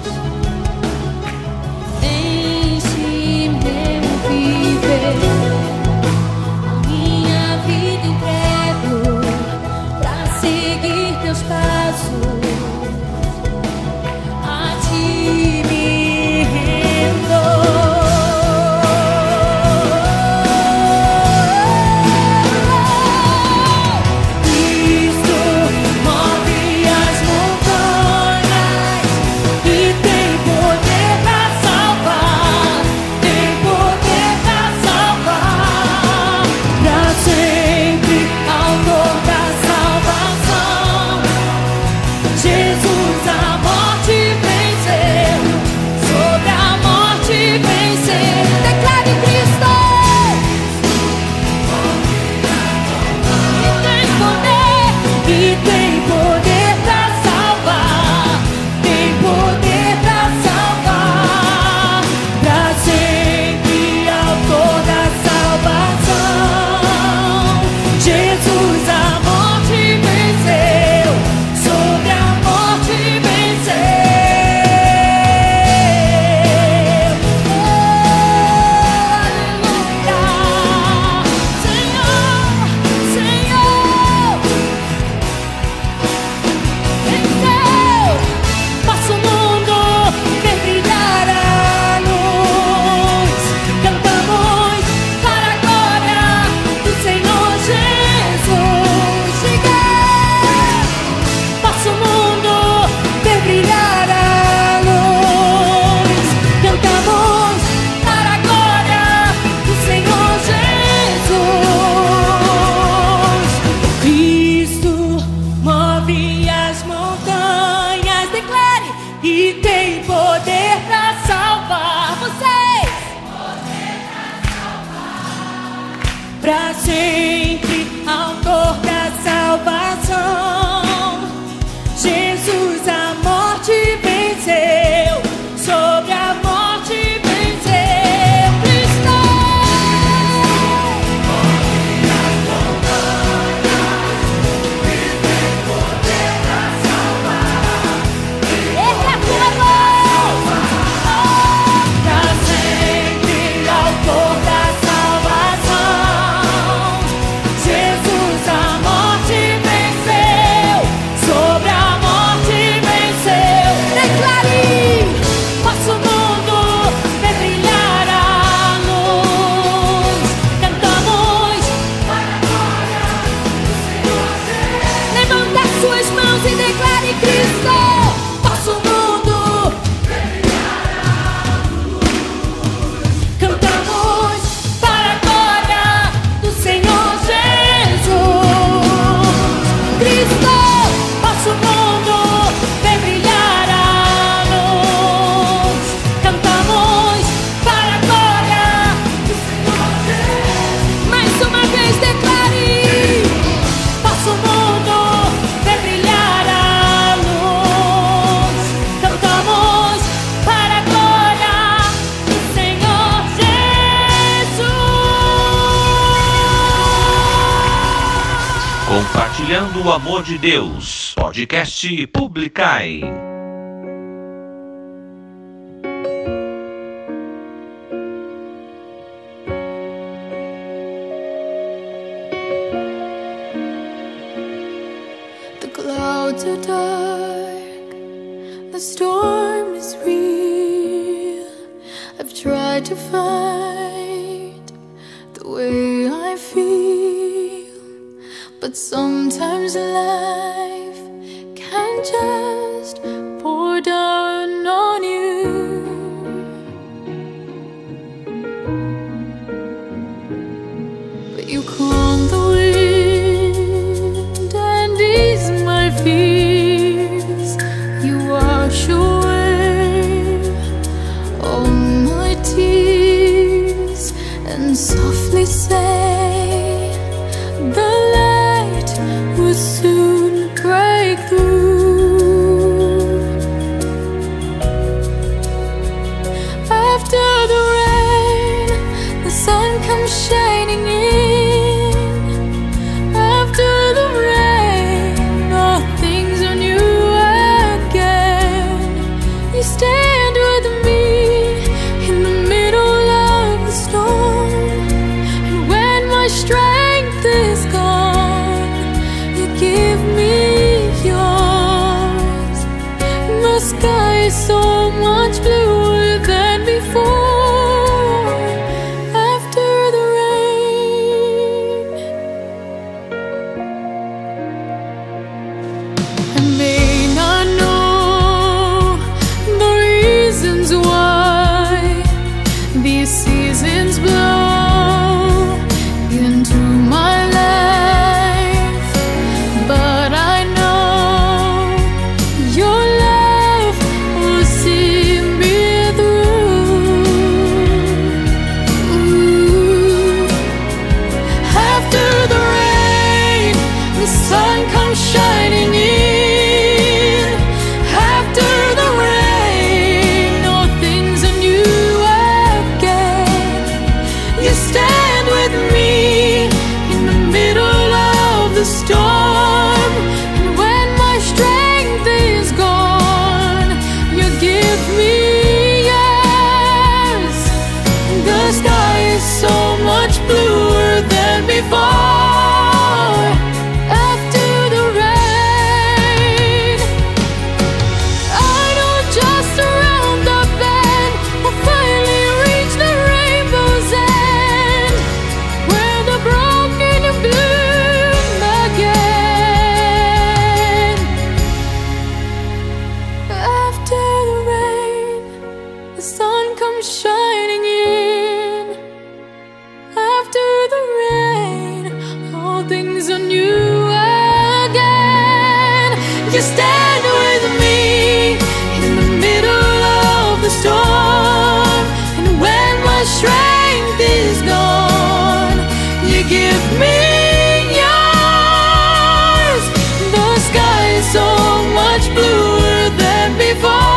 Enche meu viver, a minha vida entrego pra seguir teus passos. A ti me rendo. Cristo move as montanhas e tem poder pra salvar, tem poder pra salvar, pra sempre, autor da salvação. Jesus a morte venceu, sobre a morte venceu. Declare Cristo. E tem poder pra salvar, tem poder pra salvar, pra sempre, autor da salvação. Jesus a morte venceu, sobre a morte venceu. Aleluia, Senhor, Senhor. Venceu, passa o mundo, ver brilhar a luz. Cantamos para a glória do Senhor Jesus. Cheguei, passa o mundo, ver brilhar a luz. Cantamos para a glória do Senhor Jesus. Cristo move as montanhas, declare, e tem poder pra salvar vocês. Pra sempre, autor da salvação. Jesus a morte venceu, sobre a morte venceu. Cristo erga a tua voz. Pra sempre, autor da salvação. Jesus a morte venceu, sobre a morte venceu. Declare, passa o mundo, vê brilhar a luz. Cantamos para a glória do Senhor Jesus. Levanta as suas mãos e declare Cristo. Passa o mundo, vê brilhar a luz. Cantamos para a glória do Senhor Jesus. Cristo, passa o mundo, vê brilhar a luz. Cantamos para a glória do Senhor Jesus. Mais uma vez declare, passa o mundo, vê brilhar a luz. Cantamos para a glória do Senhor Jesus. Compartilhando o amor de Deus. Podcast Publicai. The clouds are dark The storm is real. I've tried to fight the way I feel, but sometimes life can just pour down on you. But you calm the wind and ease my fears. You wash away all my tears and softly say the light will soon break through. After the rain, the sun comes shining in. After the rain, all things are new again. You stand with me in the middle of the storm, and when my strength is gone, you give me yours. The sky is so much bluer than before. After the rain, I may not know the reasons why these seasons blow into my life, but I know your love will see me through. Ooh. After the rain, the sun comes shining in. After the rain, all things are new again. You stand with me in the middle of the storm, and when my strength is gone, you give me yours. The sky is so much bluer than before. After the rain, I know just around the bend we'll finally reach the rainbow's end, where the broken bloom again. After the rain, the sun comes shining in. After the rain, all things are new again. You stand with me in the middle of the storm, and when my strength is gone, you give me yours. The sky is so much bluer than before.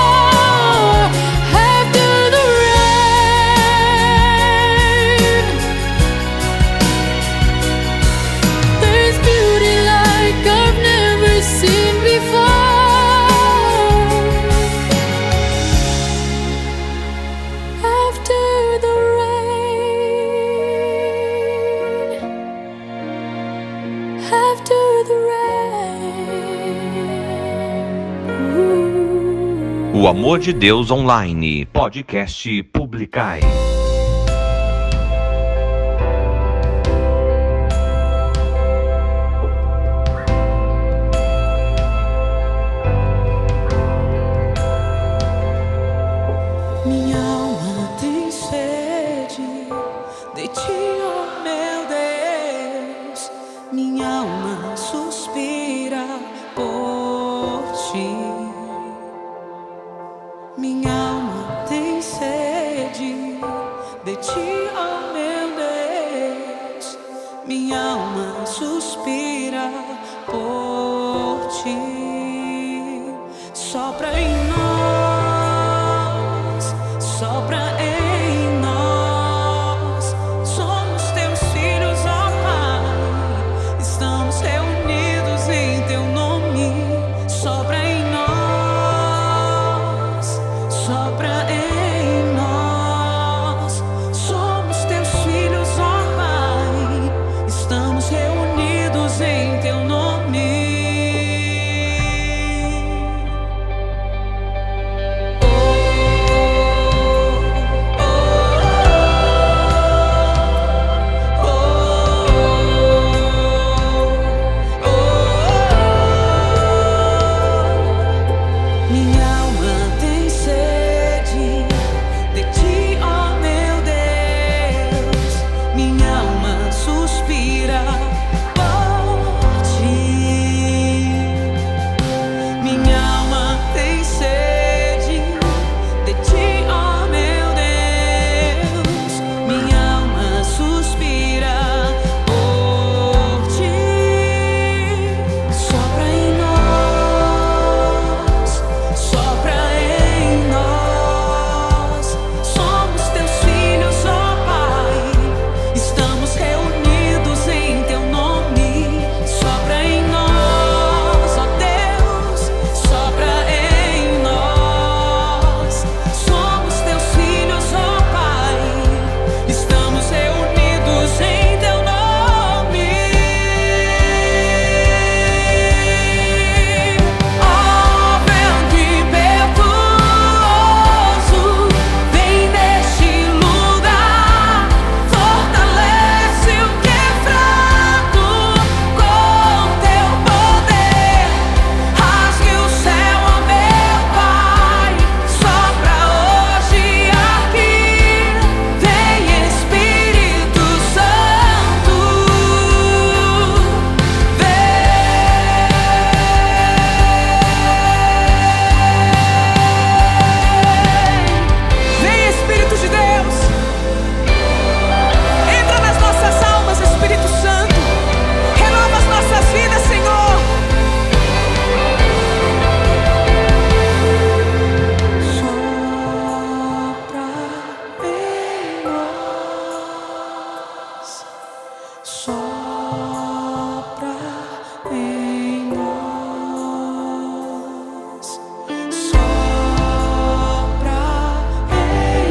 After the rain, there's beauty like I've never seen before. After the rain, after the rain. Ooh. O Amor de Deus Online, podcast Publicai. Minha alma tem sede de ti, oh meu Deus. Minha alma suspira por ti. Minha alma tem sede de ti, oh meu Deus. Minha alma suspira por ti. Sopra em nós, sopra em nós. Somos teus filhos, ó Pai. Estamos reunidos em teu nome. Sopra em nós, sopra em nós. Somos teus filhos, ó Pai. Estamos reunidos em teu nome. Minha alma tem sede de ti, ó meu Deus. Minha alma suspira por ti. Minha alma tem sede de ti, ó meu Deus. Minha alma suspira por ti. Sopra em nós, sopra em nós. Somos teus filhos, ó Pai. Estamos reunidos em teu nome. Sopra em nós, ó Deus. Sopra em nós. Somos teus filhos, ó Pai. Estamos reunidos em teu nome. Ó vento impetuoso, vem neste lugar. Fortalece o que é fraco com teu poder. Rasgue o céu, ó meu Pai. Sopra hoje aqui. Vem Espírito Santo. Vem Espírito de Deus. Entra nas nossas almas, Espírito Santo. Renova as nossas vidas, Senhor. Sopra em nós. Sopra em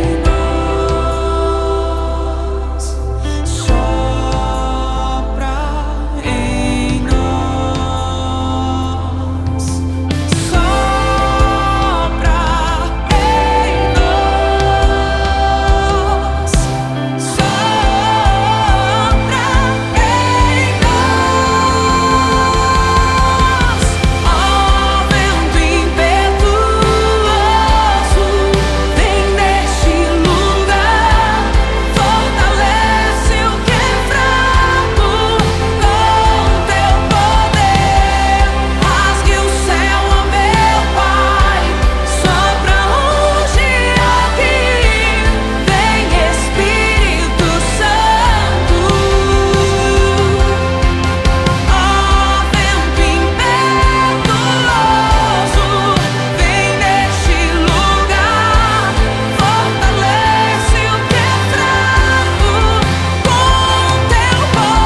nós. Sopra em nós. Sopra em nós. Sopra em nós. Ó vento impetuoso, vem neste lugar. Fortalece o que é fraco com teu poder. Rasgue o céu, ó meu Pai. Sopra hoje aqui. Vem Espírito Santo. Ó vento impetuoso, vem neste lugar. Fortalece o que é fraco com teu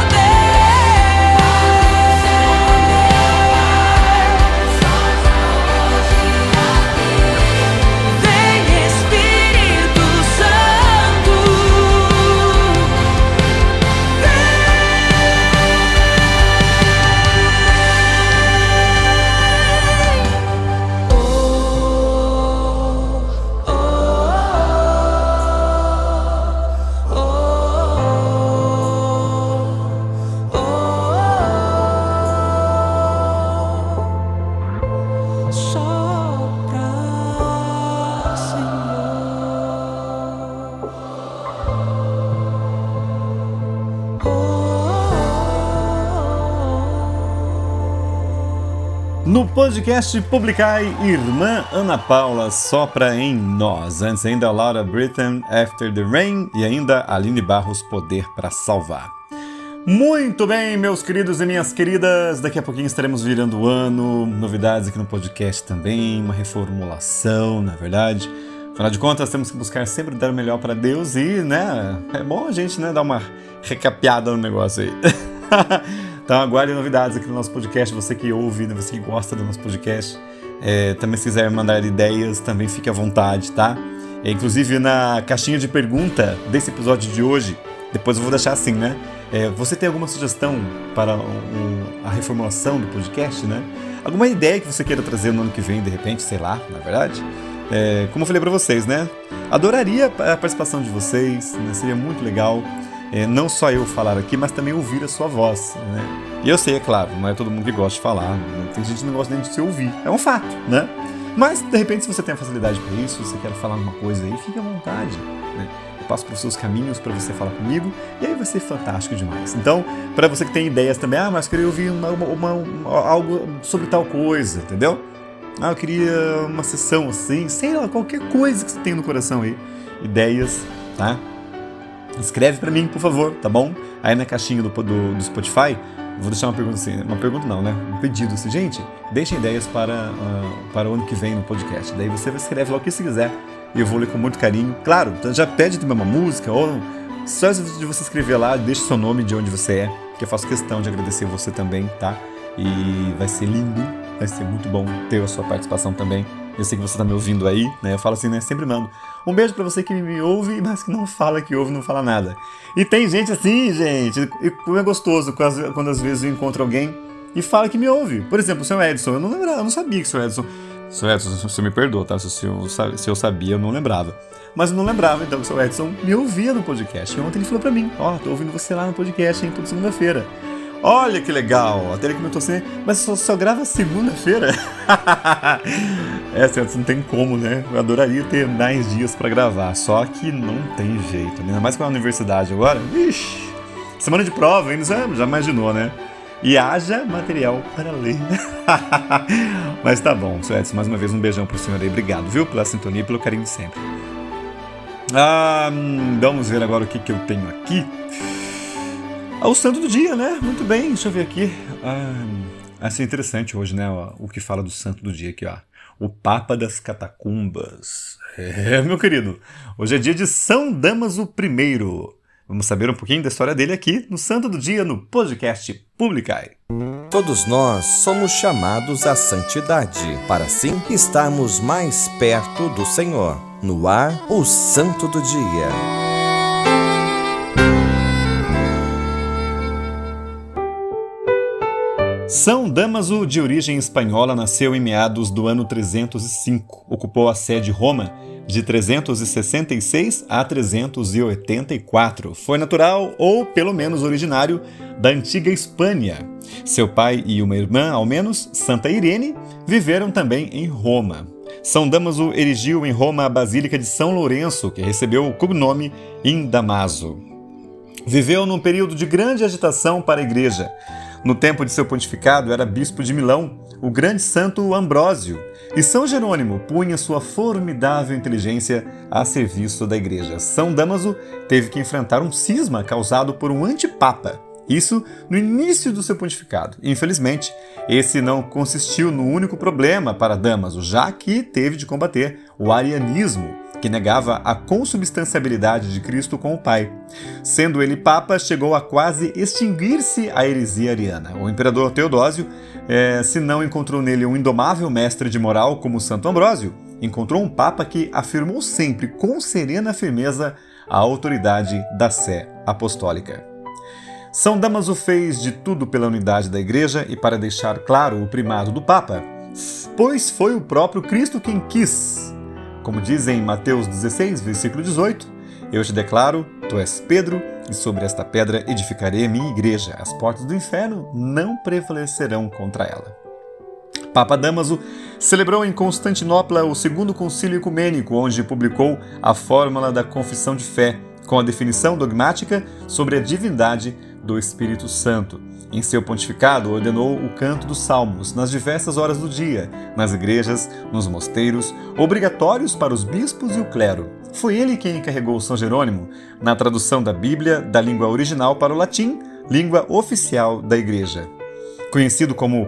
poder. Vem Espírito Santo. Sopra, No podcast Publicai, irmã Ana Paula sopra em nós. Antes ainda Laura Britten, After the Rain, e ainda Aline Barros, Poder para Salvar. Muito bem, meus queridos e minhas queridas, daqui a pouquinho estaremos virando o ano, novidades aqui no podcast também, uma reformulação, na verdade. Afinal de contas, temos que buscar sempre dar o melhor para Deus e, né, é bom a gente, né, dar uma recapeada no negócio aí. Então aguarde novidades aqui no nosso podcast, você que ouve, você que gosta do nosso podcast, também se quiser mandar ideias, também fique à vontade, tá? Inclusive na caixinha de pergunta desse episódio de hoje, depois eu vou deixar assim, né? Você tem alguma sugestão para a reformulação do podcast, né? Alguma ideia que você queira trazer no ano que vem, de repente, sei lá, na verdade? Como eu falei para vocês, né? Adoraria a participação de vocês, né? Seria muito legal. Não só eu falar aqui, mas também ouvir a sua voz, né? E eu sei, é claro, não é todo mundo que gosta de falar, né? Tem gente que não gosta nem de se ouvir, é um fato, né? Mas, de repente, se você tem a facilidade para isso, se você quer falar alguma coisa aí, fique à vontade, né? Eu passo por seus caminhos para você falar comigo, e aí vai ser fantástico demais. Então, para você que tem ideias também, mas eu queria ouvir algo sobre tal coisa, entendeu? Eu queria uma sessão assim, sei lá, qualquer coisa que você tenha no coração aí. Ideias, tá? Escreve para mim, por favor, tá bom? Aí na caixinha do Spotify, eu vou deixar uma pergunta assim, um pedido assim, gente, deixem ideias para o ano que vem no podcast. Daí você escreve lá o que você quiser e eu vou ler com muito carinho. Claro, já pede também uma música ou só de você escrever lá, deixe seu nome de onde você é, que eu faço questão de agradecer você também, tá? E vai ser lindo, vai ser muito bom ter a sua participação também. Eu sei que você tá me ouvindo aí, né? Eu falo assim, né? Sempre mando. Um beijo pra você que me ouve, mas que não fala que ouve, não fala nada. E tem gente assim, gente, e como é gostoso quando às vezes eu encontro alguém e fala que me ouve. Por exemplo, o seu Edson, eu não sabia que o seu Edson... Seu Edson, você me perdoa, tá? Se eu sabia, eu não lembrava. Mas eu não lembrava, então, que o seu Edson me ouvia no podcast. E ontem ele falou pra mim, tô ouvindo você lá no podcast, hein, toda segunda-feira. Olha que legal, até ele comentou assim, mas só grava segunda-feira? Certo, não tem como, né? Eu adoraria ter mais dias pra gravar, só que não tem jeito, né? Ainda mais com a universidade agora. Ixi, semana de prova, hein? Já imaginou, né? E haja material para ler. Mas tá bom, seu Edson, mais uma vez um beijão pro senhor aí. Obrigado, viu? Pela sintonia e pelo carinho de sempre. Vamos ver agora o que eu tenho aqui. O santo do dia, né? Muito bem, deixa eu ver aqui. Assim, interessante hoje, né? O que fala do santo do dia aqui, ó. O Papa das Catacumbas. Meu querido, hoje é dia de São Damaso I. Vamos saber um pouquinho da história dele aqui no Santo do Dia, no podcast Publicai. Todos nós somos chamados à santidade, para assim estarmos mais perto do Senhor. No ar, o Santo do Dia. São Damaso, de origem espanhola, nasceu em meados do ano 305. Ocupou a sede Roma de 366 a 384. Foi natural, ou pelo menos originário, da antiga Espanha. Seu pai e uma irmã, ao menos, Santa Irene, viveram também em Roma. São Damaso erigiu em Roma a Basílica de São Lourenço, que recebeu o cognome in Damaso. Viveu num período de grande agitação para a Igreja. No tempo de seu pontificado era bispo de Milão, o grande santo Ambrósio, e São Jerônimo punha sua formidável inteligência a serviço da Igreja. São Damaso teve que enfrentar um cisma causado por um antipapa, isso no início do seu pontificado. Infelizmente, esse não consistiu no único problema para Damaso, já que teve de combater o arianismo, que negava a consubstancialidade de Cristo com o Pai. Sendo ele Papa, chegou a quase extinguir-se a heresia ariana. O imperador Teodósio, se não encontrou nele um indomável mestre de moral como Santo Ambrósio, encontrou um Papa que afirmou sempre com serena firmeza a autoridade da sé apostólica. São Damaso fez de tudo pela unidade da Igreja e para deixar claro o primado do Papa, pois foi o próprio Cristo quem quis. Como diz em Mateus 16, versículo 18, eu te declaro, tu és Pedro, e sobre esta pedra edificarei a minha igreja. As portas do inferno não prevalecerão contra ela. Papa Damaso celebrou em Constantinopla o segundo concílio ecumênico, onde publicou a fórmula da confissão de fé, com a definição dogmática sobre a divindade do Espírito Santo. Em seu pontificado, ordenou o canto dos salmos nas diversas horas do dia, nas igrejas, nos mosteiros, obrigatórios para os bispos e o clero. Foi ele quem encarregou São Jerônimo na tradução da Bíblia da língua original para o latim, língua oficial da Igreja. Conhecido como o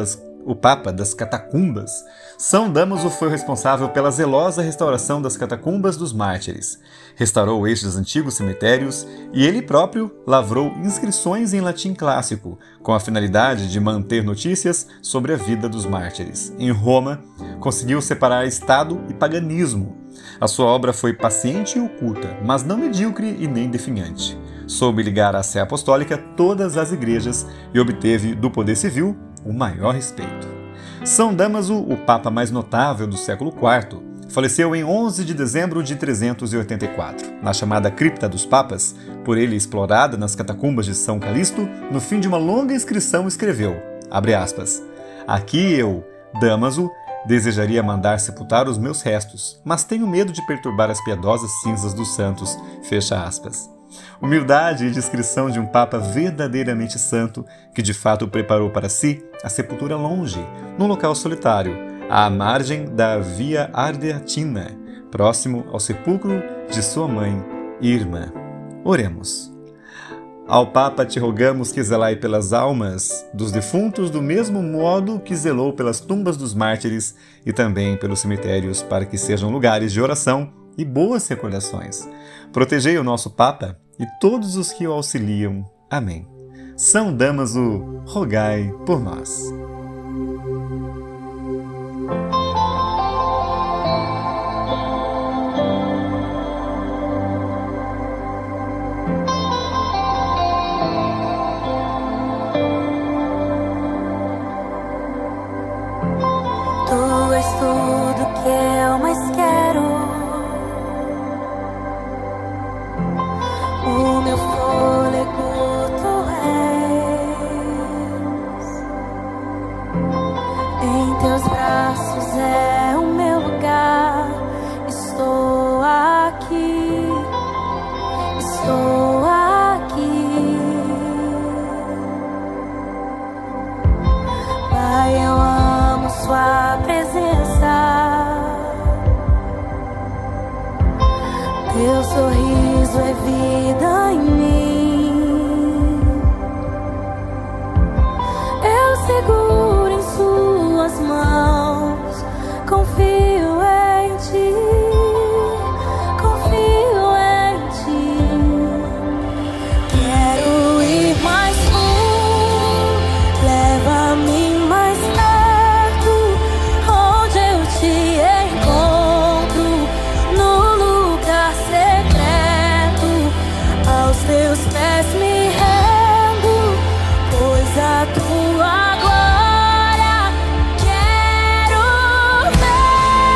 Papa das Catacumbas, São Damaso foi responsável pela zelosa restauração das catacumbas dos mártires. Restaurou estes antigos cemitérios e ele próprio lavrou inscrições em latim clássico, com a finalidade de manter notícias sobre a vida dos mártires. Em Roma, conseguiu separar Estado e paganismo. A sua obra foi paciente e oculta, mas não medíocre e nem definhante. Soube ligar à sé apostólica todas as igrejas e obteve do poder civil o maior respeito. São Damaso, o Papa mais notável do século IV, faleceu em 11 de dezembro de 384. Na chamada Cripta dos Papas, por ele explorada nas catacumbas de São Calixto, no fim de uma longa inscrição escreveu, abre aspas, aqui eu, Damaso, Desejaria mandar sepultar os meus restos, mas tenho medo de perturbar as piedosas cinzas dos santos. Fecha aspas. Humildade e discrição de um Papa verdadeiramente santo, que de fato preparou para si a sepultura longe, num local solitário, à margem da Via Ardeatina, próximo ao sepulcro de sua mãe e irmã. Oremos. Ao Papa te rogamos que zelai pelas almas dos defuntos do mesmo modo que zelou pelas tumbas dos mártires e também pelos cemitérios, para que sejam lugares de oração e boas recordações. Protegei o nosso Papa e todos os que o auxiliam. Amém. São Damaso, rogai por nós. Tu és tudo que eu mais quero. O meu fôlego tu és. Em teus braços é o meu lugar. Estou aqui. Estou aqui. Pai, eu amo sua presença. Teu sorriso é vida em mim. Eu seguro em suas mãos. Confio em ti. Confio em ti. Quero ir mais fundo. Leva-me mais perto, onde eu te encontro, no lugar secreto. Aos teus pés me rendo, pois a tua glória quero ver.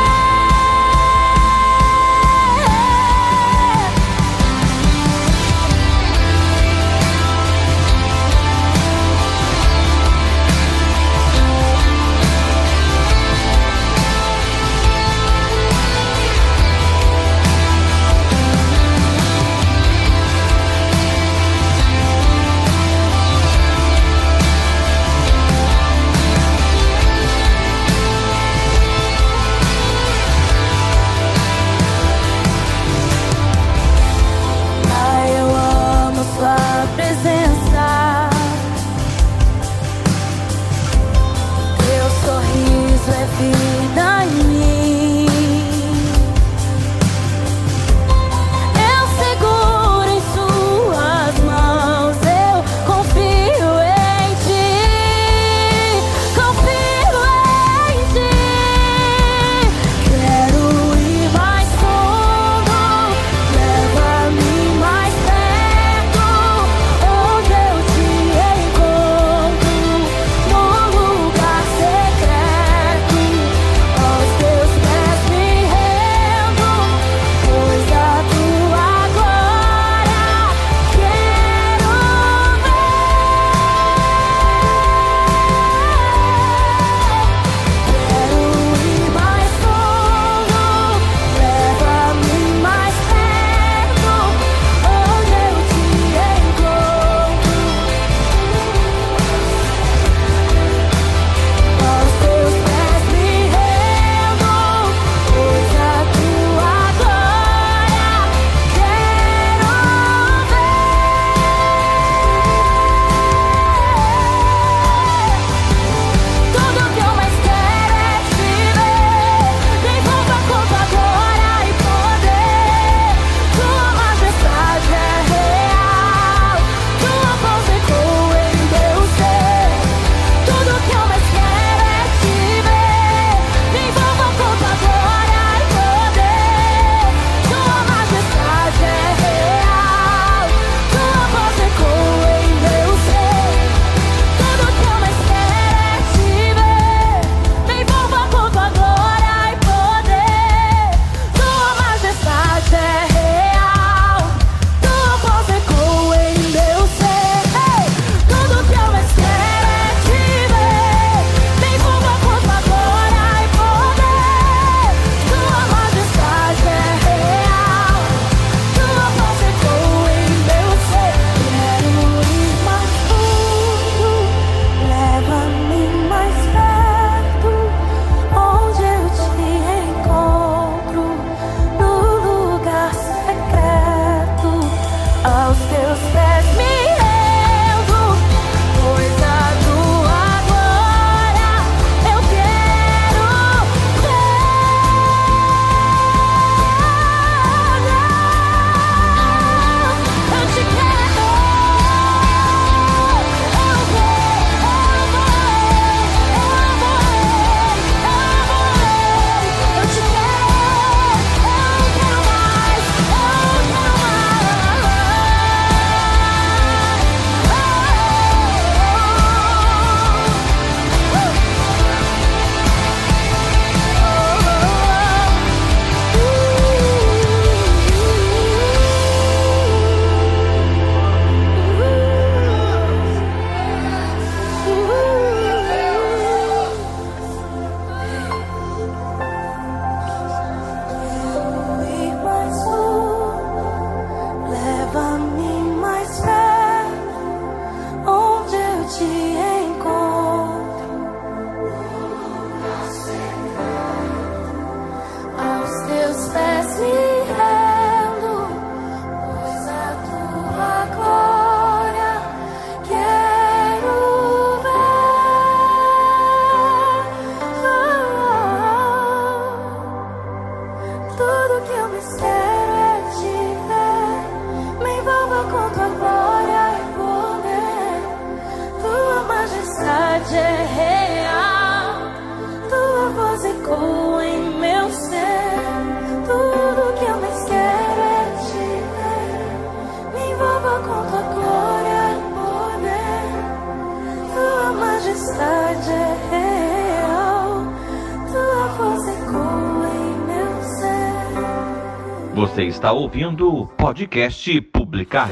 mistério é te ver. Me envolva com tua glória e poder. Tua majestade é real. Tua voz ecoa em meu ser. Tudo que eu mais quero é te ver. Me envolva com tua glória e poder. Tua majestade é real. Tua voz ecoa em meu ser. Você está ouvindo o podcast Publicai.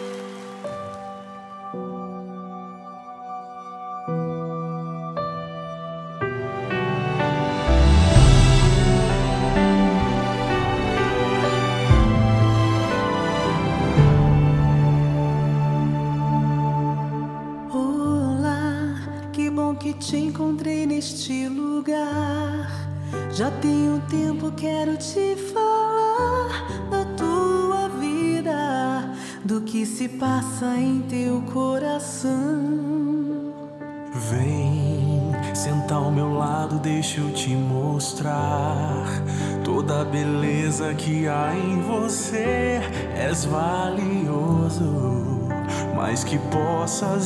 Olá, que bom que te encontrei neste lugar. Já tem um tempo quero te falar da tua vida, do que se passa em teu coração. Vem, senta ao meu lado, deixa eu te mostrar toda a beleza que há em você. És valioso, mas que possas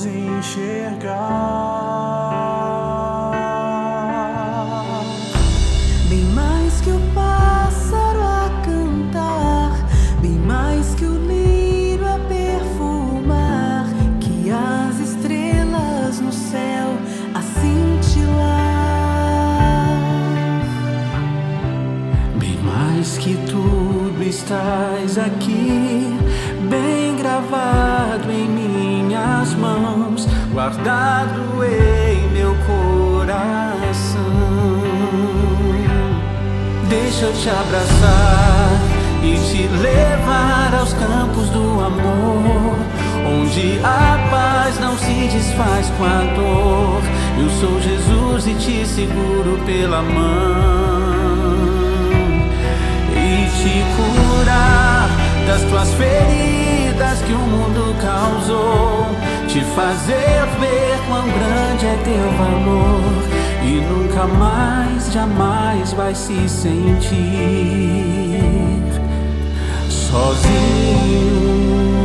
enxergar. Bem mais que o pássaro a cantar, bem mais que o lírio a perfumar, que as estrelas no céu a cintilar. Bem mais que tudo estás aqui, bem gravado em minhas mãos, guardado em meu coração. Deixa eu te abraçar e te levar aos campos do amor, onde a paz não se desfaz com a dor. Eu sou Jesus e te seguro pela mão e te curar das tuas feridas que o mundo causou, te fazer ver quão grande é teu valor e nunca mais, jamais vai se sentir sozinho.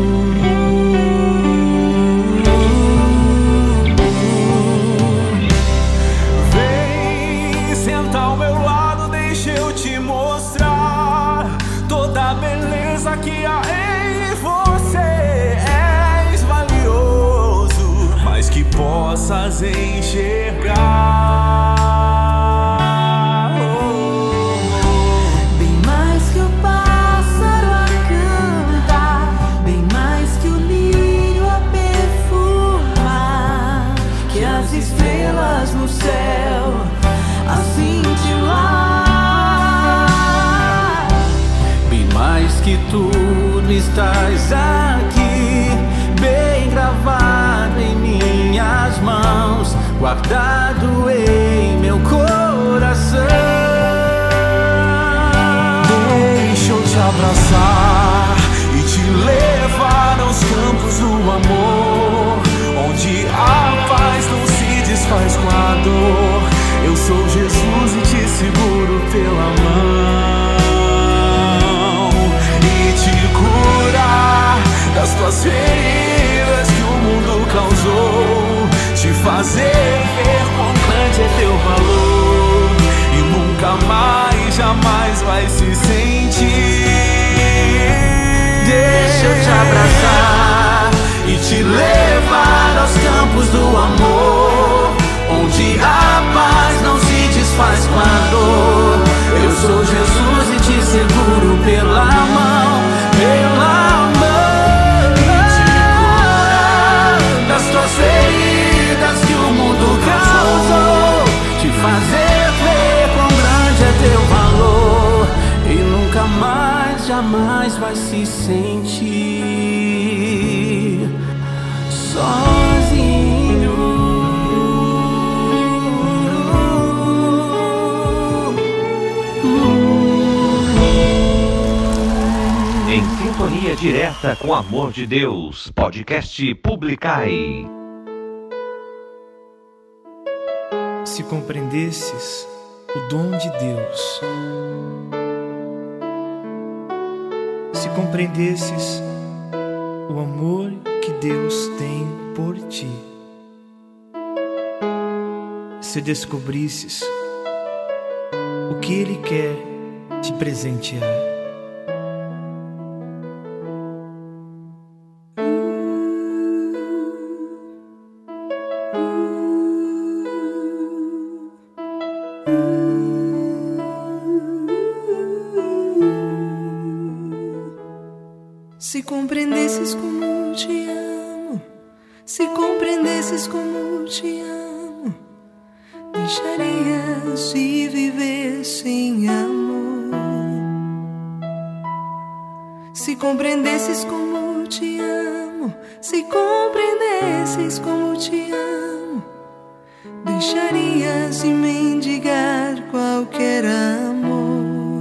Vem, senta ao meu lado, deixa eu te mostrar toda a beleza que há em você. És valioso, mas que possas enxergar. Bem mais que o pássaro a cantar, bem mais que o lírio a perfumar, que as estrelas no céu a cintilar. Bem mais que tudo estás aqui, bem gravado em minhas mãos, guardado em meu coração. Deixa eu te abraçar e te levar aos campos do amor, onde a paz não se desfaz com a dor. Eu sou Jesus e te seguro pela mão e te curar das tuas feridas que o mundo causou, te fazer ver quão grande é teu valor e nunca mais, jamais vai se sentir. Deixa eu te abraçar e te levar aos campos do amor, onde a paz não se desfaz com a dor. Eu sou Jesus e te seguro pela mão, pela mão, e te curar das tuas feridas que o mundo causou, te fazer ver quão grande é teu valor e nunca mais, jamais vai se sentir sozinho. Em sintonia direta com o amor de Deus, podcast Publicai. Se compreendesses o dom de Deus, compreendesses o amor que Deus tem por ti, se descobrisses o que Ele quer te presentear. Se compreendesses como te amo, se compreendesses como te amo, deixarias de viver sem amor. Se compreendesses como te amo, se compreendesses como te amo, deixarias de mendigar qualquer amor.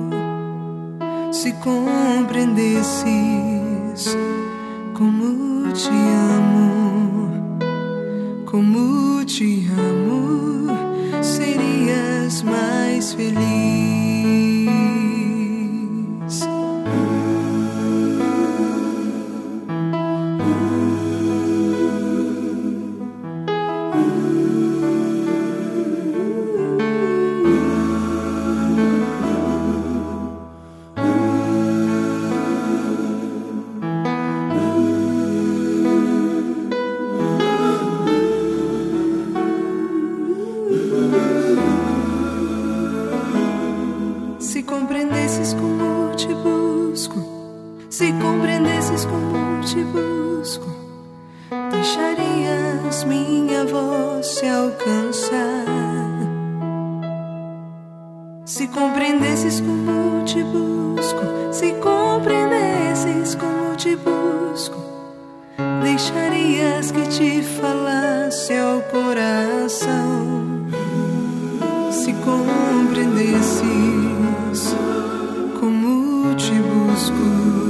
Se compreendesses como te amo, como te amo, serias mais feliz. Se compreendesses como te busco, se compreendesses como te busco, deixarias minha voz se alcançar. Se compreendesses como te busco, se compreendesses como te busco, deixarias que te falasse ao coração. Se compreendesses como te busco,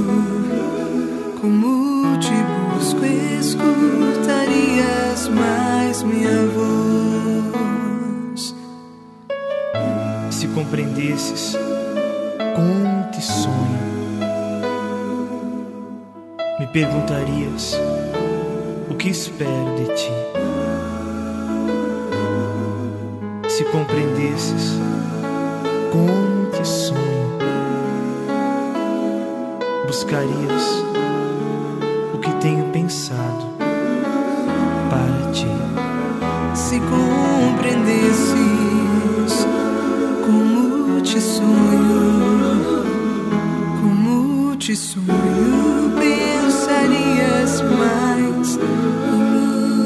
como te busco, escutarias mais minha voz. Se compreendesses como te sonho, me perguntarias o que espero de ti. Se compreendesses como te sonho, buscarias o que tenho pensado para ti. Se compreendesses como te sonho, como te sonho, pensarias mais em mim.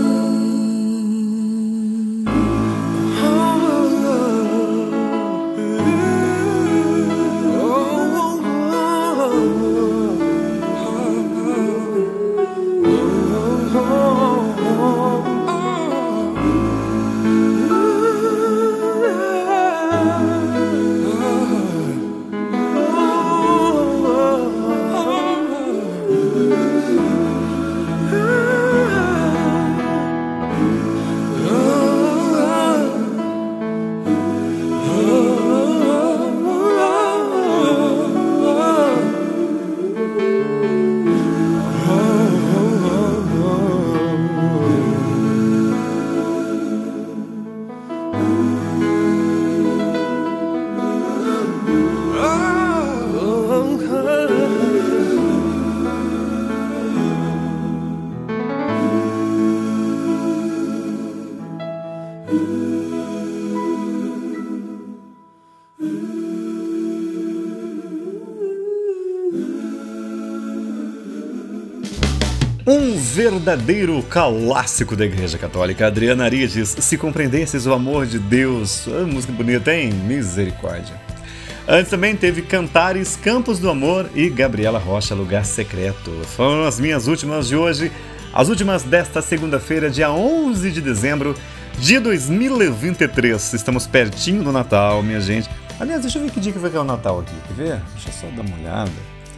Um verdadeiro clássico da Igreja Católica. Adriana Arides, Se Compreendesses o Amor de Deus. Ah, música bonita, hein? Misericórdia. Antes também teve Cantares, Campos do Amor e Gabriela Rocha, Lugar Secreto. Foram as minhas últimas de hoje, as últimas desta segunda-feira, dia 11 de dezembro de 2023. Estamos pertinho do Natal, minha gente. Aliás, deixa eu ver que dia que vai cair o Natal aqui, quer ver? Deixa eu só dar uma olhada.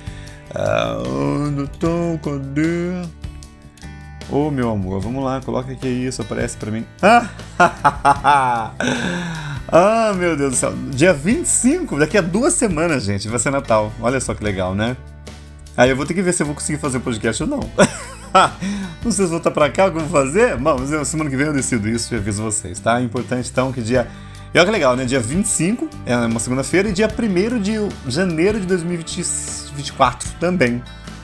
Natal, cadê? Ô, meu amor, vamos lá, coloca aqui isso, aparece pra mim. Ah, meu Deus do céu. Dia 25, daqui a 2 semanas, gente, vai ser Natal. Olha só que legal, né? Aí eu vou ter que ver se eu vou conseguir fazer o podcast ou não. Não sei se voltar pra cá, o que eu vou fazer. Bom, semana que vem eu decido isso e aviso vocês, tá? É importante então que dia... E olha que legal, né? Dia 25, é uma segunda-feira, e dia 1º de janeiro de 2024 também.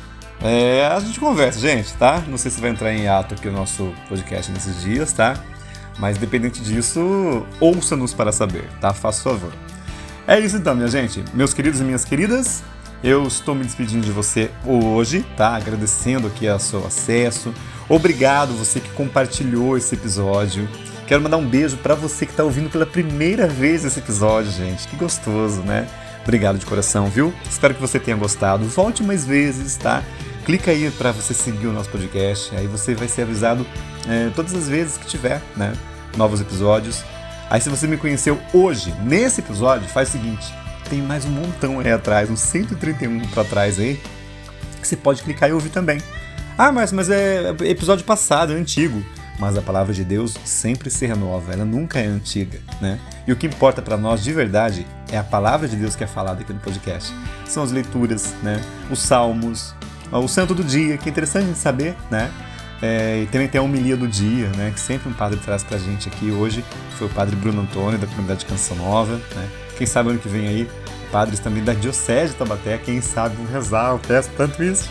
A gente conversa, gente, tá? Não sei se vai entrar em ato aqui o nosso podcast nesses dias, tá? Mas independente disso, ouça-nos para saber, tá? Faça favor. É isso então, minha gente. Meus queridos e minhas queridas, eu estou me despedindo de você hoje, tá? Agradecendo aqui o seu acesso. Obrigado você que compartilhou esse episódio. Quero mandar um beijo para você que está ouvindo pela primeira vez esse episódio, gente. Que gostoso, né? Obrigado de coração, viu? Espero que você tenha gostado. Volte mais vezes, tá? Clica aí para você seguir o nosso podcast. Aí você vai ser avisado todas as vezes que tiver, né? Novos episódios. Aí se você me conheceu hoje, nesse episódio, faz o seguinte. Tem mais um montão aí atrás, uns 131 para trás aí, que você pode clicar e ouvir também. Ah, mas é episódio passado, é antigo. Mas a palavra de Deus sempre se renova, ela nunca é antiga, né? E o que importa para nós de verdade é a palavra de Deus que é falada aqui no podcast. São as leituras, né? Os salmos, o santo do dia, que é interessante a gente saber, né? E também tem a homilia do dia, né? Que sempre um padre traz pra gente aqui hoje. Foi o padre Bruno Antônio, da comunidade de Canção Nova, né? Quem sabe ano que vem aí, padres também da Diocese de Taubaté, quem sabe vão rezar, eu peço tanto isso.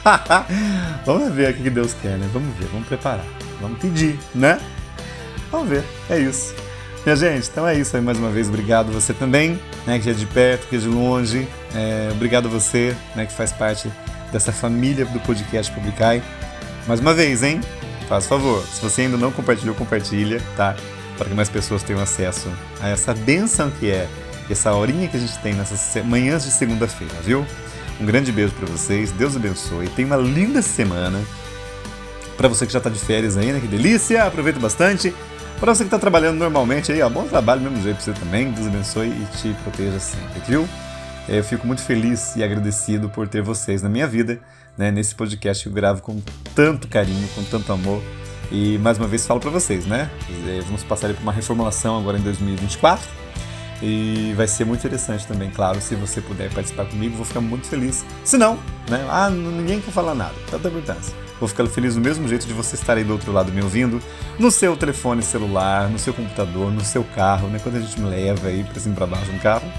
Vamos ver o que Deus quer, né? Vamos ver, vamos preparar. Vamos pedir, né? Vamos ver, é isso. Minha gente, então é isso aí mais uma vez. Obrigado você também, né, que é de perto, que é de longe. Obrigado você, né, que faz parte dessa família do podcast Publicai. Mais uma vez, hein? Faz favor, se você ainda não compartilhou, compartilha, tá? Para que mais pessoas tenham acesso a essa bênção que é essa horinha que a gente tem nessas manhãs de segunda-feira, viu? Um grande beijo para vocês, Deus abençoe. Tenha uma linda semana. Para você que já tá de férias aí, né? Que delícia! Aproveita bastante. Para você que tá trabalhando normalmente aí, ó, bom trabalho do mesmo jeito pra você também. Deus abençoe e te proteja sempre, viu? Eu fico muito feliz e agradecido por ter vocês na minha vida, né? Nesse podcast que eu gravo com tanto carinho, com tanto amor. E mais uma vez falo para vocês, né? Vamos passar por uma reformulação agora em 2024. E vai ser muito interessante também, claro, se você puder participar comigo, vou ficar muito feliz. Se não, né? Ninguém quer falar nada, tanta importância. Vou ficar feliz do mesmo jeito de você estar aí do outro lado me ouvindo, no seu telefone celular, no seu computador, no seu carro, né? Quando a gente me leva aí pra cima e pra baixo no carro.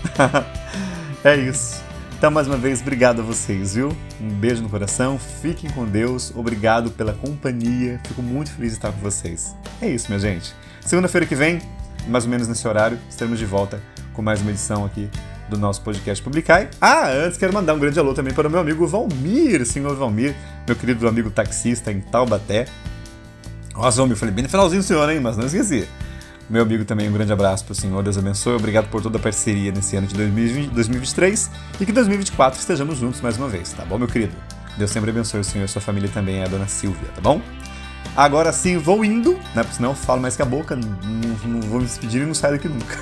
É isso. Então, mais uma vez, obrigado a vocês, viu? Um beijo no coração, fiquem com Deus, obrigado pela companhia, fico muito feliz de estar com vocês. É isso, minha gente. Segunda-feira que vem, mais ou menos nesse horário, estaremos de volta com mais uma edição aqui do nosso podcast Publicai. Antes quero mandar um grande alô também para o meu amigo Valmir, senhor Valmir, meu querido amigo taxista em Taubaté. Nossa, Valmir, falei bem no finalzinho do senhor, hein, mas não esqueci. Meu amigo também, um grande abraço para o senhor, Deus abençoe, obrigado por toda a parceria nesse ano de 2023 e que em 2024 estejamos juntos mais uma vez, tá bom, meu querido? Deus sempre abençoe o senhor e sua família também, a dona Silvia, tá bom? Agora sim, vou indo, né, porque senão eu falo mais que a boca, não vou me despedir e não saio daqui nunca.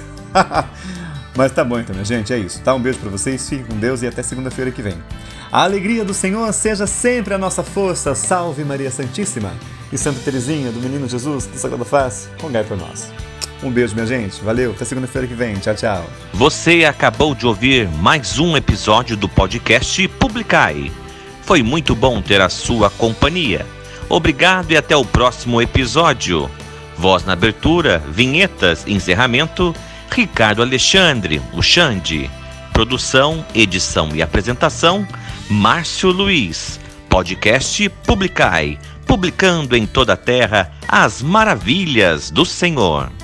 Mas tá bom então, minha gente, é isso, tá? Um beijo pra vocês, fiquem com Deus e até segunda-feira que vem. A alegria do Senhor seja sempre a nossa força. Salve Maria Santíssima e Santa Teresinha do Menino Jesus do Sagrada Face, rogai por nós. Um beijo, minha gente, valeu, até segunda-feira que vem, tchau, tchau. Você acabou de ouvir mais um episódio do podcast Publicai. Foi muito bom ter a sua companhia. Obrigado e até o próximo episódio. Voz na abertura, vinhetas, encerramento, Ricardo Alexandre, o Xande. Produção, edição e apresentação, Márcio Luiz. Podcast Publicai, publicando em toda a terra as maravilhas do Senhor.